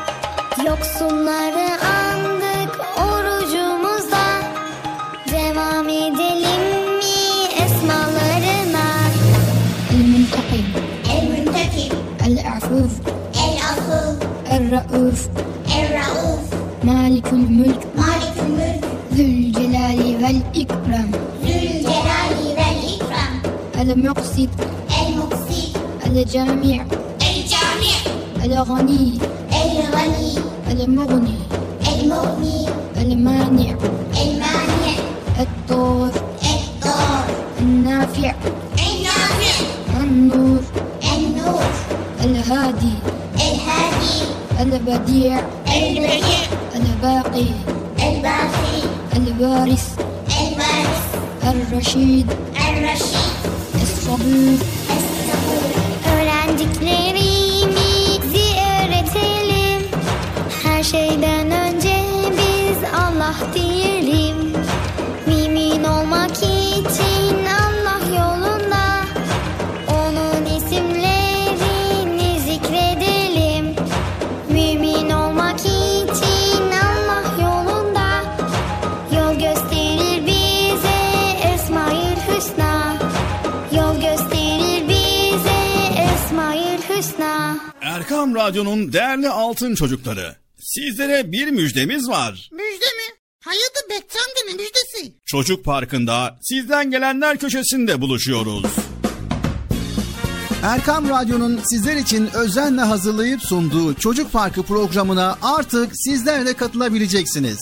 Yoksulları andık orucumuzda, devam edelim mi esmalarına? المنتقم المنتقم العفوف العفو الرؤوف الرؤوف مالك الملك مالك الملك ذو الجلال والإكرام ذو الجلال والإكرام المقسط المقسط الجامع الجامع الغني الغني المغني المغني المانع المانع الضار الضار النافع النافع النور النور الهادي الهادي البديع البديع الباقي الباقي الوارث الوارث الرشيد الرشيد الصبور الصبور. Öğrendiklerimizi öğretelim, her şeyden önce biz Allah diyelim. Mümin olmak için Allah yolunda, onun isimlerini zikredelim. Mümin olmak için Allah yolunda, yol gösterir bize Esma-ül Hüsna. Yol gösterir bize Esma-ül Hüsna. Erkam Radyo'nun değerli altın çocukları, sizlere bir müjdemiz var. Müjde mi? Hayırdır Bekçi amca, ne müjdesi? Çocuk Parkı'nda sizden gelenler köşesinde buluşuyoruz. Erkam Radyo'nun sizler için özenle hazırlayıp sunduğu Çocuk Parkı programına artık sizler de katılabileceksiniz.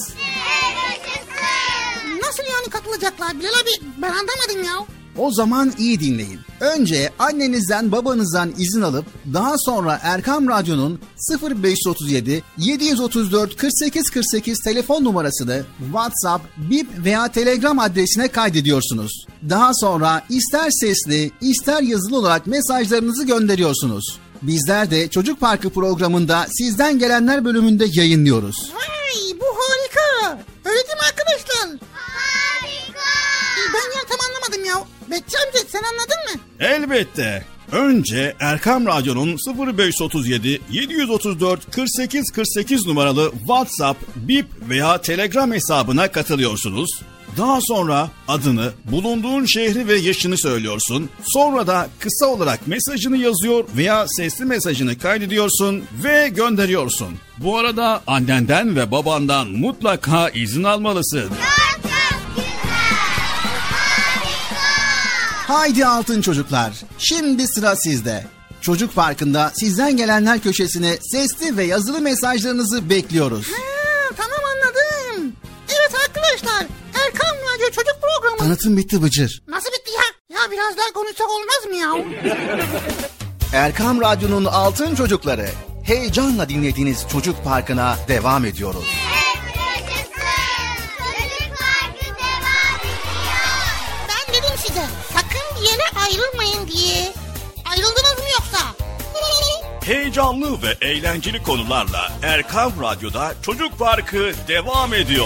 Nasıl yani katılacaklar Bilal abi? Ben anlamadım ya. O zaman iyi dinleyin. Önce annenizden babanızdan izin alıp daha sonra Erkam Radyo'nun sıfır beş otuz yedi yedi otuz dört kırk sekiz kırk sekiz telefon numarasını WhatsApp, Bip veya Telegram adresine kaydediyorsunuz. Daha sonra ister sesli ister yazılı olarak mesajlarınızı gönderiyorsunuz. Bizler de Çocuk Parkı programında sizden gelenler bölümünde yayınlıyoruz. Vay, bu harika. Öyle değil mi arkadaşlar? Harika. Ben ya tam anlamadım ya. Bekçi amca sen anladın mı? Elbette. Önce Erkam Radyo'nun sıfır beş otuz yedi yedi otuz dört kırk sekiz kırk sekiz numaralı WhatsApp, Bip veya Telegram hesabına katılıyorsunuz. Daha sonra adını, bulunduğun şehri ve yaşını söylüyorsun. Sonra da kısa olarak mesajını yazıyor veya sesli mesajını kaydediyorsun ve gönderiyorsun. Bu arada annenden ve babandan mutlaka izin almalısın. Haydi altın çocuklar, şimdi sıra sizde. Çocuk Parkı'nda sizden gelenler köşesine sesli ve yazılı mesajlarınızı bekliyoruz. Ha, tamam anladım. Evet arkadaşlar, Erkam Radyo Çocuk Programı. Tanıtım bitti Bıcır. Nasıl bitti ya? Ya biraz daha konuşsak olmaz mı ya? Erkam Radyo'nun altın çocukları, heyecanla dinlediğiniz Çocuk Parkı'na devam ediyoruz. Ben dedim size, sakın bir yere ayrılmayın diye. Ayrıldınız mı yoksa? Heyecanlı ve eğlenceli konularla Erkam Radyo'da Çocuk Parkı devam ediyor.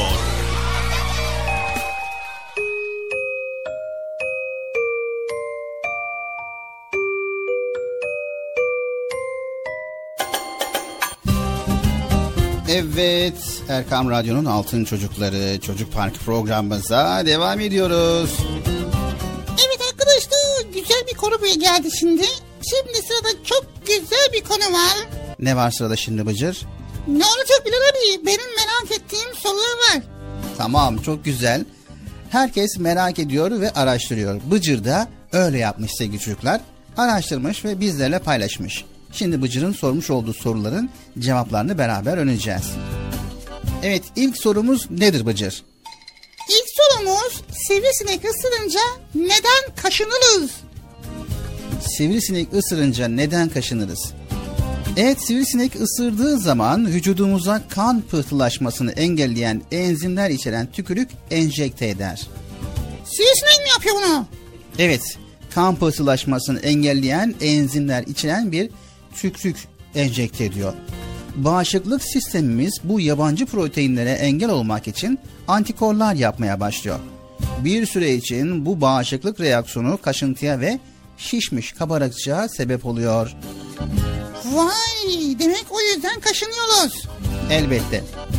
Evet, Erkam Radyo'nun Altın Çocukları Çocuk Parkı programımıza devam ediyoruz. Evet arkadaşlar, güzel bir konu buraya geldi şimdi. Şimdi sırada çok güzel bir konu var. Ne var sırada şimdi Bıcır? Ne olacak Bilal abi? Benim merak ettiğim sorular var. Tamam, çok güzel. Herkes merak ediyor ve araştırıyor. Bıcır da öyle yapmış sevgili çocuklar. Araştırmış ve bizlerle paylaşmış. Şimdi Bıcır'ın sormuş olduğu soruların cevaplarını beraber öğreneceğiz. Evet, ilk sorumuz nedir Bıcır? İlk sorumuz, sivrisinek ısırınca neden kaşınırız? Sivrisinek ısırınca neden kaşınırız? Evet, sivrisinek ısırdığı zaman vücudumuza kan pıhtılaşmasını engelleyen enzimler içeren tükürük enjekte eder. Sivrisinek mi yapıyor bunu? Evet, kan pıhtılaşmasını engelleyen enzimler içeren bir tükürük enjekte ediyor. Bağışıklık sistemimiz bu yabancı proteinlere engel olmak için antikorlar yapmaya başlıyor. Bir süre için bu bağışıklık reaksiyonu kaşıntıya ve şişmiş kabarıkçığa sebep oluyor. Vay, demek o yüzden kaşınıyoruz. Elbette.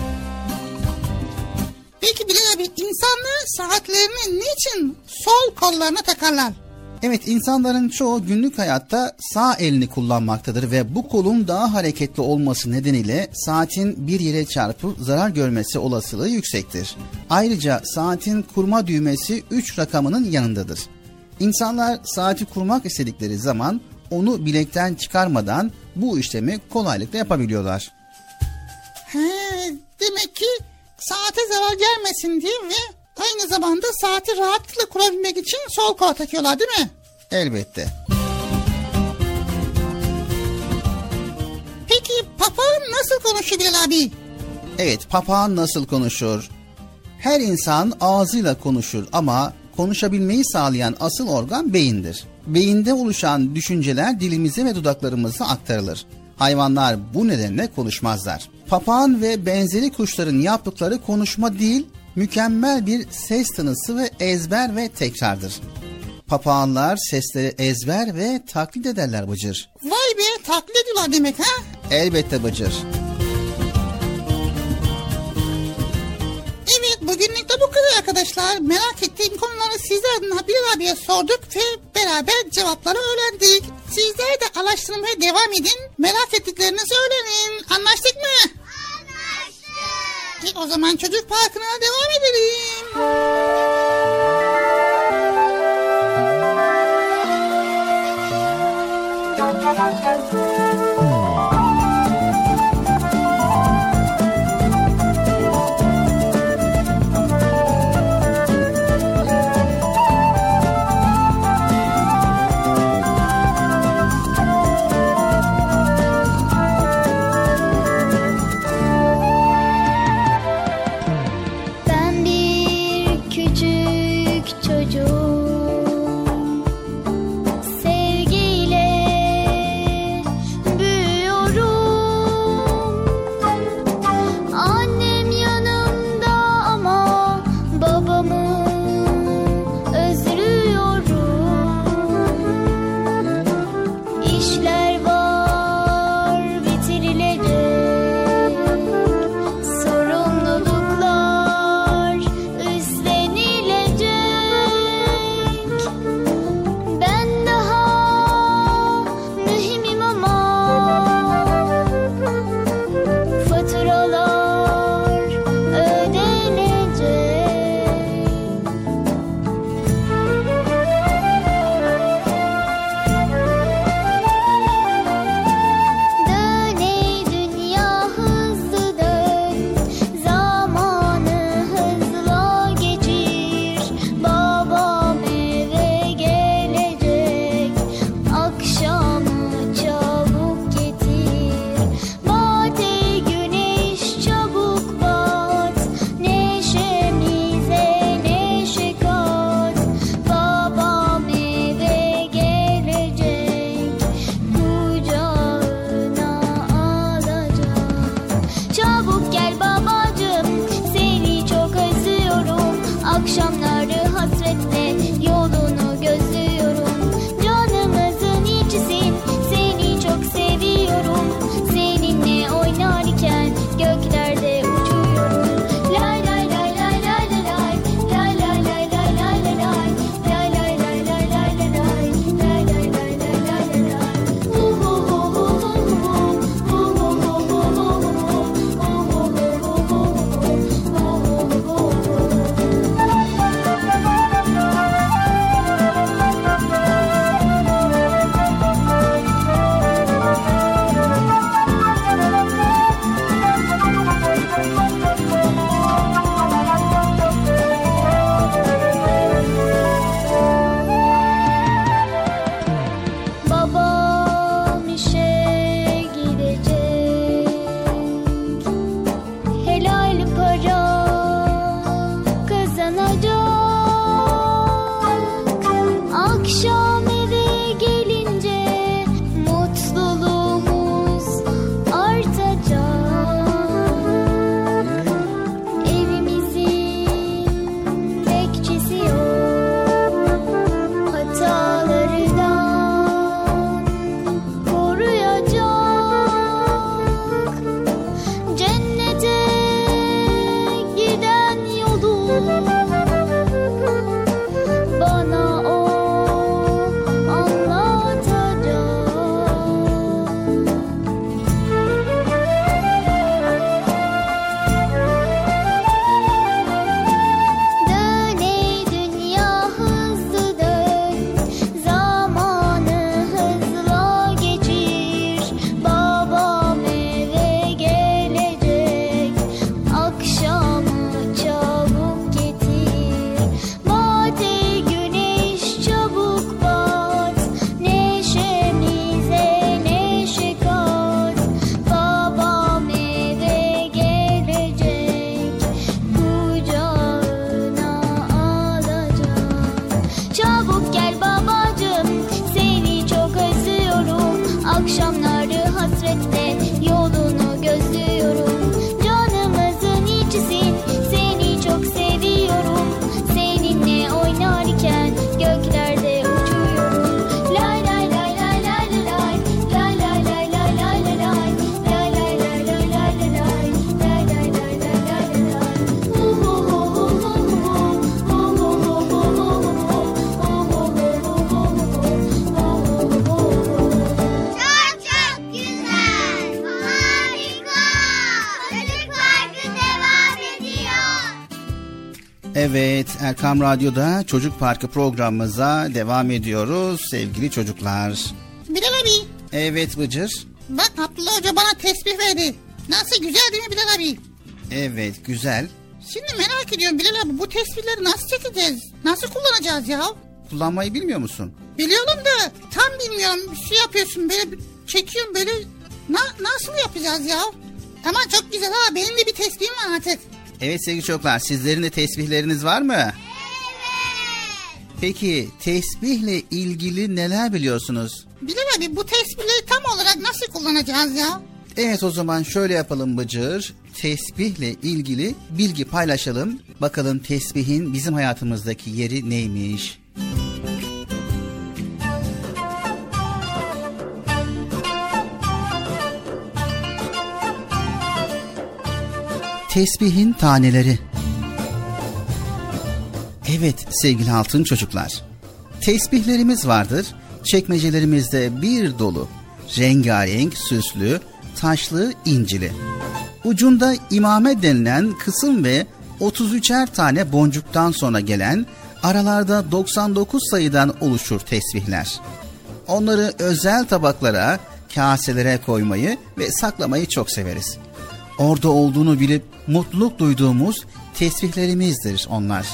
Peki Bilal abi, insanlar saatlerini niçin sol kollarına takarlar? Evet, insanların çoğu günlük hayatta sağ elini kullanmaktadır ve bu kolun daha hareketli olması nedeniyle saatin bir yere çarpıp zarar görmesi olasılığı yüksektir. Ayrıca saatin kurma düğmesi üç rakamının yanındadır. İnsanlar saati kurmak istedikleri zaman onu bilekten çıkarmadan bu işlemi kolaylıkla yapabiliyorlar. He, demek ki saate zarar gelmesin diye ve aynı zamanda saati rahatlıkla kurabilmek için sol kola takıyorlar değil mi? Elbette. Peki papağan nasıl konuşuyor Bilal abi? Evet, papağan nasıl konuşur? Her insan ağzıyla konuşur ama konuşabilmeyi sağlayan asıl organ beyindir. Beyinde oluşan düşünceler dilimize ve dudaklarımıza aktarılır. Hayvanlar bu nedenle konuşmazlar. Papağan ve benzeri kuşların yaptıkları konuşma değil, mükemmel bir ses tınısı ve ezber ve tekrardır. Papağanlar sesleri ezber ve taklit ederler Bıcır. Vay be, taklit ediyorlar demek ha? Elbette Bıcır. Evet, bugünlük de bu kadar arkadaşlar. Merak ettiğim konuları sizlerden Bilal abiye sorduk ve beraber cevapları öğrendik. Sizler de araştırmaya devam edin. Merak ettiklerinizi öğrenin. Anlaştık mı? Anlaştık. E, o zaman Çocuk Parkı'na devam edelim. Ben bir küçük çocuğum, sevgiyle Evet, Erkam Radyo'da Çocuk Parkı programımıza devam ediyoruz sevgili çocuklar. Bilal abi. Evet Bıcır. Bak Abdullah Hoca bana tesbih verdi. Nasıl, güzel değil mi Bilal abi? Evet, güzel. Şimdi merak ediyorum Bilal abi, bu tesbihleri nasıl çekeceğiz? Nasıl kullanacağız ya? Kullanmayı bilmiyor musun? Biliyorum da tam bilmiyorum. Bir şey yapıyorsun böyle, çekiyorum böyle. Na, nasıl yapacağız ya? Ama çok güzel ha, benim de bir tesbihim var artık. Evet sevgili çocuklar, sizlerin de tesbihleriniz var mı? Evet. Peki tesbihle ilgili neler biliyorsunuz? Bilal abi, bu tesbihleri tam olarak nasıl kullanacağız ya? Evet, o zaman şöyle yapalım Bıcır. Tesbihle ilgili bilgi paylaşalım. Bakalım tesbihin bizim hayatımızdaki yeri neymiş? Tesbihin taneleri. Evet sevgili altın çocuklar. Tesbihlerimiz vardır. Çekmecelerimizde bir dolu. Rengarenk, süslü, taşlı, incili. Ucunda imame denilen kısım ve otuz üçer tane boncuktan sonra gelen, aralarda doksan dokuz sayıdan oluşur tesbihler. Onları özel tabaklara, kaselere koymayı ve saklamayı çok severiz. Orada olduğunu bilip mutluluk duyduğumuz tesbihlerimizdir onlar.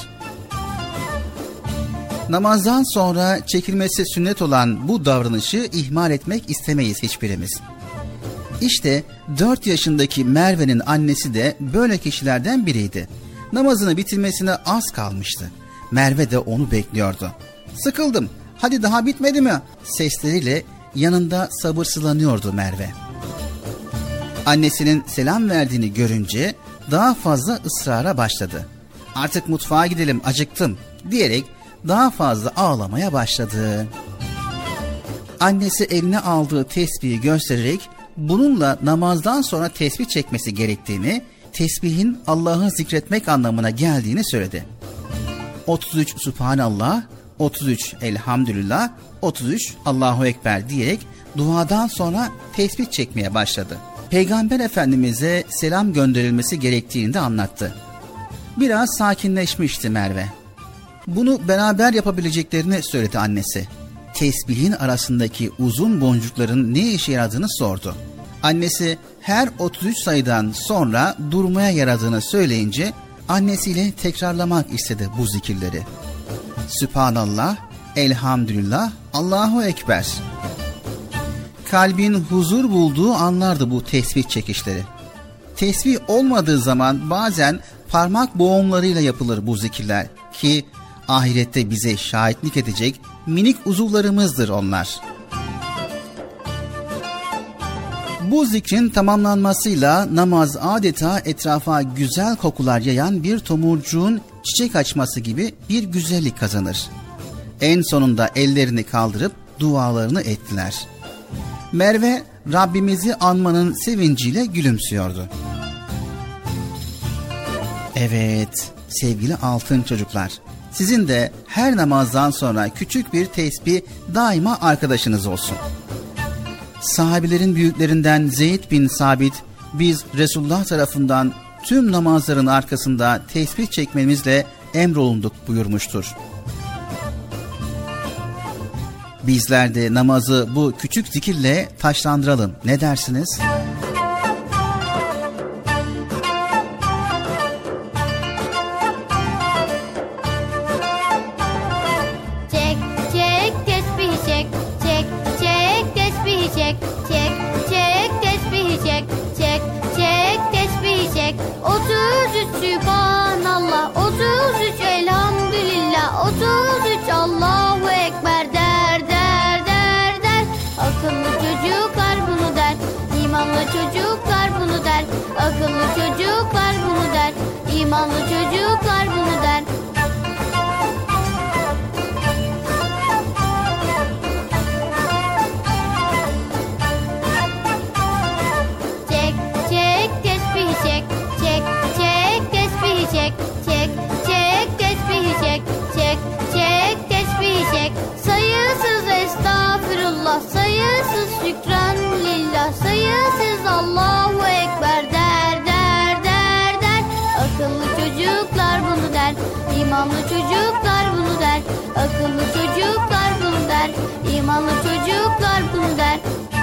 Namazdan sonra çekilmesi sünnet olan bu davranışı ihmal etmek istemeyiz hiçbirimiz. İşte dört yaşındaki Merve'nin annesi de böyle kişilerden biriydi. Namazını bitirmesine az kalmıştı. Merve de onu bekliyordu. "Sıkıldım, hadi daha bitmedi mi?" sesleriyle yanında sabırsızlanıyordu Merve. Annesinin selam verdiğini görünce daha fazla ısrara başladı. "Artık mutfağa gidelim, acıktım," diyerek daha fazla ağlamaya başladı. Annesi eline aldığı tesbihi göstererek bununla namazdan sonra tesbih çekmesi gerektiğini, tesbihin Allah'ı zikretmek anlamına geldiğini söyledi. otuz üç Subhanallah, otuz üç Elhamdülillah, otuz üç Allahu Ekber diyerek duadan sonra tesbih çekmeye başladı. Peygamber Efendimiz'e selam gönderilmesi gerektiğini de anlattı. Biraz sakinleşmişti Merve. Bunu beraber yapabileceklerini söyledi annesi. Tesbihin arasındaki uzun boncukların ne işe yaradığını sordu. Annesi her otuz üç sayıdan sonra durmaya yaradığını söyleyince annesiyle tekrarlamak istedi bu zikirleri. Sübhanallah, Elhamdülillah, Allahu Ekber. Kalbin huzur bulduğu anlardı bu tesbih çekişleri. Tesbih olmadığı zaman bazen parmak boğumlarıyla yapılır bu zikirler ki ahirette bize şahitlik edecek minik uzuvlarımızdır onlar. Bu zikrin tamamlanmasıyla namaz adeta etrafa güzel kokular yayan bir tomurcuğun çiçek açması gibi bir güzellik kazanır. En sonunda ellerini kaldırıp dualarını ettiler. Merve Rabbimizi anmanın sevinciyle gülümsüyordu. Evet sevgili altın çocuklar, sizin de her namazdan sonra küçük bir tesbih daima arkadaşınız olsun. Sahabelerin büyüklerinden Zeyd bin Sabit, biz Resulullah tarafından tüm namazların arkasında tesbih çekmemizle emrolunduk buyurmuştur. Bizler de namazı bu küçük zikirle taşlandıralım. Ne dersiniz? Çek çek tesbih çek, çek çek tesbih çek, çek çek tesbih çek, çek çek tesbih çek. Otuz üç Sübhanallah, otuz üç Elhamdülillah, otuz üç Allahu Ekber der der der der. Akıllı çocuklar bunu der, imanlı çocuklar bunu der. Akıllı çocuklar bunu der, imanlı çocuklar bunu der. Çek çek tesbih çek, çek çek tesbih çek, çek çek tesbih çek, çek çek tesbih çek. Sayısız estağfirullah, sayısız şükran lillah, sayısız Allahu Ekber der der der der. Akıllı çocuklar bu İmanlı çocuklar bunu der. Akıllı çocuklar bunu der. İmanlı çocuklar bunu der.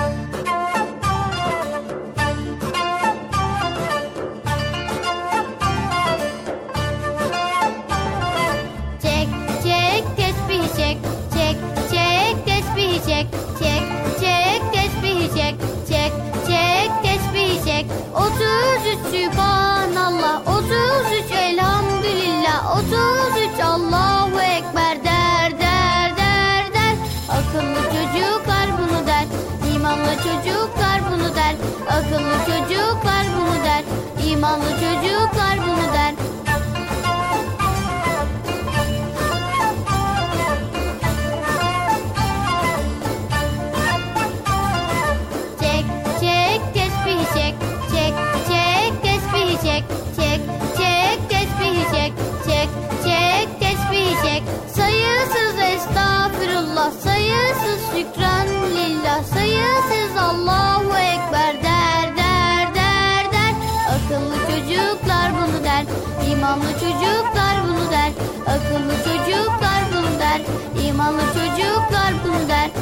Çek çek tesbih çek. Çek çek tesbih çek. Çek çek tesbih çek. Çek çek tesbih çek. Otuz üç Sübhanallah, otuz üç Elhamdülillah, otuz üç Allahu Ekber der der der der. Akıllı çocuklar bunu der. İmanlı çocuklar bunu der. Akıllı çocuklar bunu der. İmanlı çocuklar bunu der. Çek çek tesbih çek. Çek çek tesbih çek. Çek çek tesbih çek. Çek çek tesbih çek. Sayısız estağfirullah, sayısız şükran lillah, sayısız Allahu Ekber der der der der. Akıllı çocuklar bunu der. İmanlı çocuklar bunu der. Akıllı çocuklar bunu der. İmanlı çocuklar bunu der.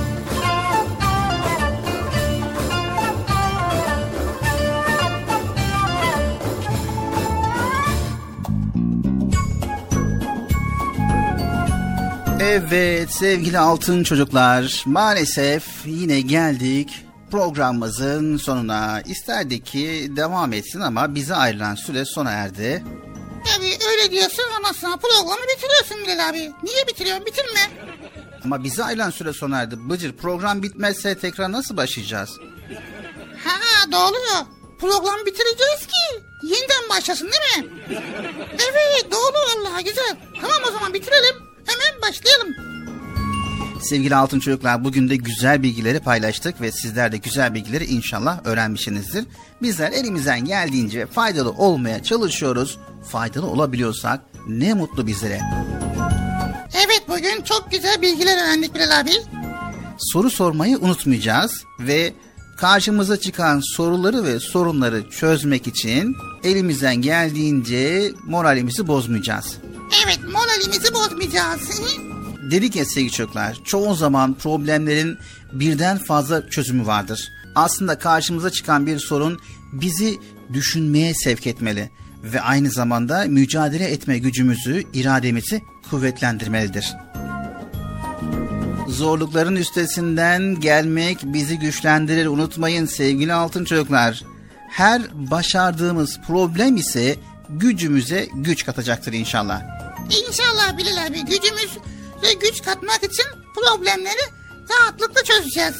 Evet sevgili altın çocuklar, maalesef yine geldik programımızın sonuna. İsterdik ki devam etsin ama bize ayrılan süre sona erdi. Abi öyle diyorsun ama sana programı bitiriyorsun Bilal abi. Niye bitiriyorsun? Bitirme. Ama bize ayrılan süre sona erdi. Bıcır, program bitmezse tekrar nasıl başlayacağız? Ha doğru ya. Programı bitireceğiz ki yeniden başlasın değil mi? Evet doğru vallahi güzel. Tamam o zaman bitirelim. Hemen başlayalım. Sevgili altın çocuklar, bugün de güzel bilgileri paylaştık ve sizler de güzel bilgileri inşallah öğrenmişsinizdir. Bizler elimizden geldiğince faydalı olmaya çalışıyoruz. Faydalı olabiliyorsak ne mutlu bizlere. Evet bugün çok güzel bilgiler öğrendik Bilal abi. Soru sormayı unutmayacağız ve karşımıza çıkan soruları ve sorunları çözmek için elimizden geldiğince moralimizi bozmayacağız. Evet moralimizi bozmayacağız. Dedik ya sevgili çocuklar, çoğu zaman problemlerin birden fazla çözümü vardır. Aslında karşımıza çıkan bir sorun bizi düşünmeye sevk etmeli ve aynı zamanda mücadele etme gücümüzü, irademizi kuvvetlendirmelidir. Zorlukların üstesinden gelmek bizi güçlendirir. Unutmayın sevgili altın çocuklar. Her başardığımız problem ise gücümüze güç katacaktır inşallah. İnşallah Bilal abi, gücümüz ve güç katmak için problemleri rahatlıkla çözeceğiz.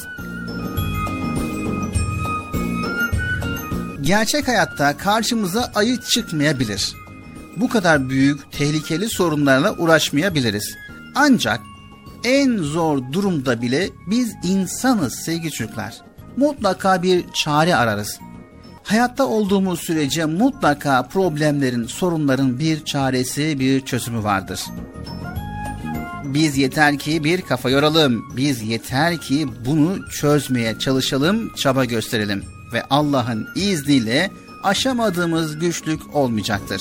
Gerçek hayatta karşımıza ayı çıkmayabilir. Bu kadar büyük, tehlikeli sorunlarla uğraşmayabiliriz. Ancak en zor durumda bile biz insanız sevgili çocuklar. Mutlaka bir çare ararız. Hayatta olduğumuz sürece mutlaka problemlerin, sorunların bir çaresi, bir çözümü vardır. Biz yeter ki bir kafa yoralım. Biz yeter ki bunu çözmeye çalışalım, çaba gösterelim. Ve Allah'ın izniyle aşamadığımız güçlük olmayacaktır.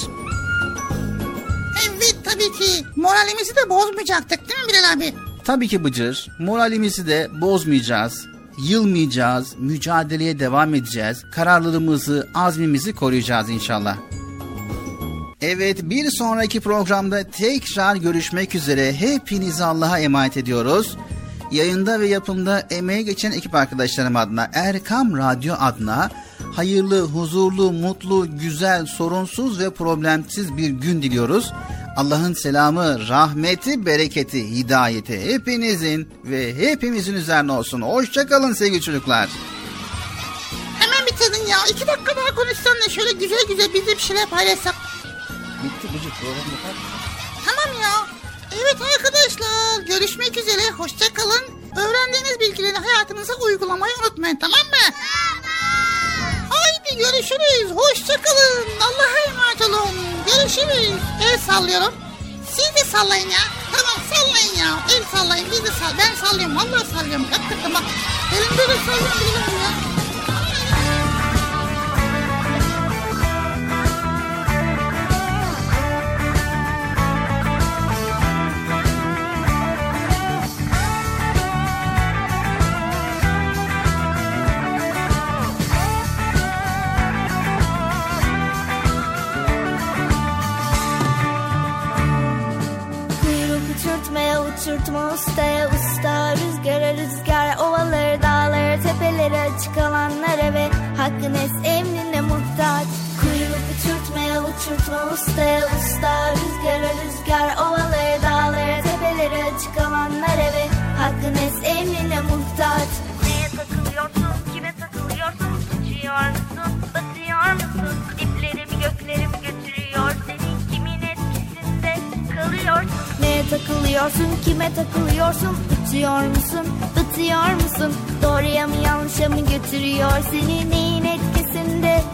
Evet tabii ki. Moralimizi de bozmayacaktık değil mi Bilal abi? Tabii ki Bıcır. Moralimizi de bozmayacağız. Yılmayacağız, mücadeleye devam edeceğiz. Kararlılığımızı, azmimizi koruyacağız inşallah. Evet, bir sonraki programda tekrar görüşmek üzere. Hepinizi Allah'a emanet ediyoruz. Yayında ve yapımda emeği geçen ekip arkadaşlarım adına, Erkam Radyo adına hayırlı, huzurlu, mutlu, güzel, sorunsuz ve problemsiz bir gün diliyoruz. Allah'ın selamı, rahmeti, bereketi, hidayeti hepinizin ve hepimizin üzerine olsun. Hoşça kalın sevgili çocuklar. Hemen bitirdin ya. İki dakika daha konuşsan da şöyle güzel güzel biz de bir şeyler paylaşsak. Bitti Bıcık, program yapar. Tamam ya. Evet arkadaşlar, görüşmek üzere. Hoşça kalın. Öğrendiğiniz bilgileri hayatınıza uygulamayı unutmayın, tamam mı? Haydi görüşürüz. Hoşça kalın. Allah'a emanet olun. Görüşürüz. El sallıyorum. Siz de sallayın ya. Tamam sallayın ya. El sallayın. Biz de sall. Ben sallıyorum. Vallahi sallıyorum. Hakikaten bak. Elimde de sallıyorum ya. unutma ustaya usta. Rüzgara rüzgar, ovaları dağları tepeleri açık alanlara ve hakkın es emrine muhtaç. Kuyruk uçurtmaya uçurtma ustaya usta. Rüzgara rüzgar, ovaları dağları tepeleri açık alanlara ve hakkın es emrine muhtaç. Neye takılıyorsun, kime takılıyorsun? Uçuyor musun, batıyor musun? Diplerimi göklerim götürüyor seni, kimin etkisinde kalıyorsun? Neye takılıyorsun, kime takılıyorsun? Uçuyor musun, batıyor musun? Doğruya mı yanlışa mı götürüyor seni? Neyin etkisinde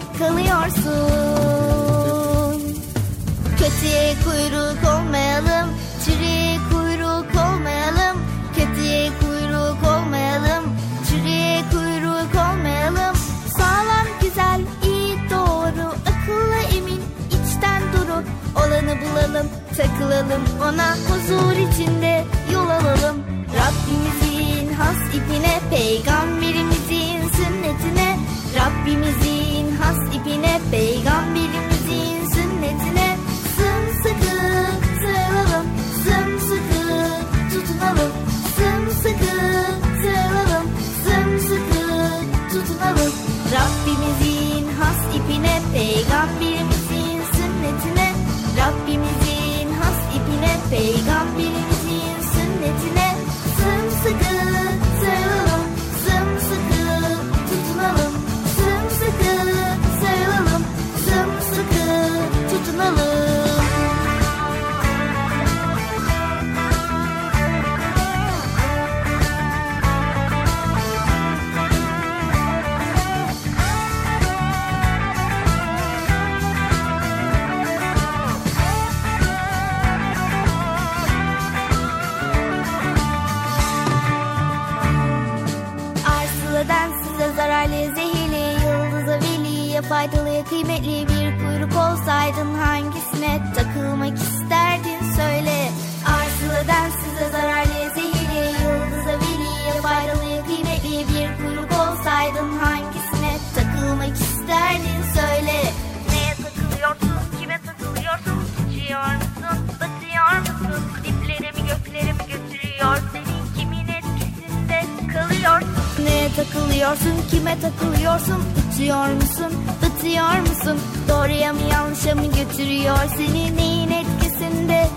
kalıyorsun? Kötüye kuyruk olmayalım, çürüye kuyruk olmayalım. Kötüye kuyruk olmayalım, çürüye kuyruk olmayalım. Sağlam, güzel, iyi, doğru, akıllı, emin, içten duru olanı bulalım, takılalım ona, huzur içinde yol alalım. Rabbimizin has ipine, peygamberimizin sünnetine. Rabbimizin has ipine, peygamberimizin sünnetine sımsıkı sarılalım, sımsıkı tutunalım, sımsıkı sarılalım, sımsıkı tutunalım. Rabbimizin has ipine, peygamberimizin sünnetine. Rabbimizin has ipine, peygamberimizin sünnetine sımsıkı sarılalım, sımsıkı tutunalım, sımsıkı sarılalım, sımsıkı tutunalım. Zararlı, zehirli, yıldıza, veliye, faydalıya, kıymetli bir kuyruk olsaydın hangisine takılmak isterdin söyle. Arsıladan size zararlı, zehirli, yıldıza, veliye, faydalıya, kıymetli bir kuyruk olsaydın hangisine takılmak isterdin söyle. Neye takılıyorsun, kime takılıyorsun? Uçuyor musun, batıyor musun? Diplerimi göklerim götürüyor seni, kimin etkisinde kalıyorsun? Neye takılıyorsun, kime takılıyorsun? Uçuyor musun, batıyor musun? Doğruya mı yanlışa mı götürüyor seni? Neyin etkisinde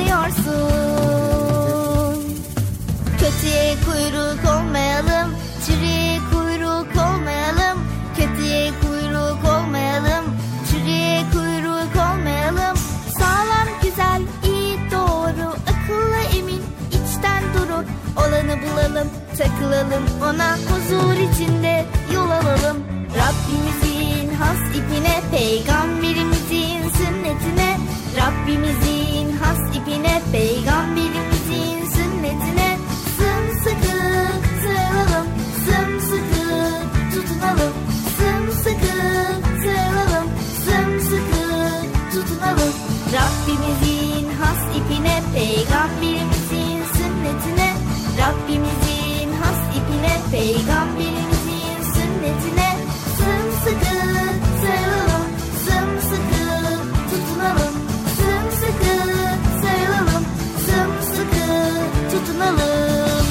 kalıyorsun? Kötüye kuyruk olmayalım, çürüye kuyruk olmayalım. Kötüye kuyruk olmayalım, çürüye kuyruk olmayalım. Sağlam, güzel, iyi, doğru, akıllı, emin, içten duru olanı bulalım, takılalım ona, huzur içinde yol alalım. Rabbimizin has ipine, peygamberimizin sünnetine. Rabbimizin has ipine, peygamberimizin sünnetine sımsıkı sarılalım, sımsıkı tutunalım, sımsıkı sarılalım, sımsıkı tutunalım. Rabbimizin has ipine, peygamberimizin sünnetine. Rabbimizin has ipine, peygamberimizin sünnetine sımsıkı sarılalım, sımsıkı tutunalım, sımsıkı sarılalım, sımsıkı tutunalım.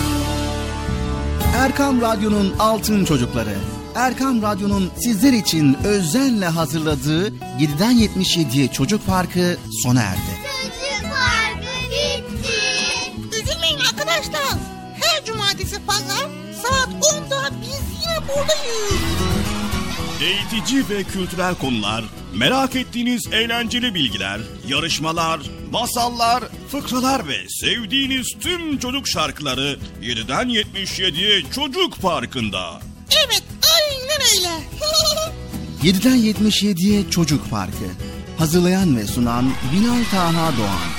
Erkam Radyo'nun Altın Çocukları. Erkam Radyo'nun sizler için özenle hazırladığı yediden yetmiş yediye Çocuk Parkı sona erdi. Çocuk Parkı bitti. Üzülmeyin arkadaşlar. Her cumartesi pazar saat onda biz yine buradayız. Eğitici ve kültürel konular, merak ettiğiniz eğlenceli bilgiler, yarışmalar, masallar, fıkralar ve sevdiğiniz tüm çocuk şarkıları yediden yetmiş yediye Çocuk Parkı'nda. Evet, aynen öyle. yediden yetmiş yediye Çocuk Parkı. Hazırlayan ve sunan Binal Taha Doğan.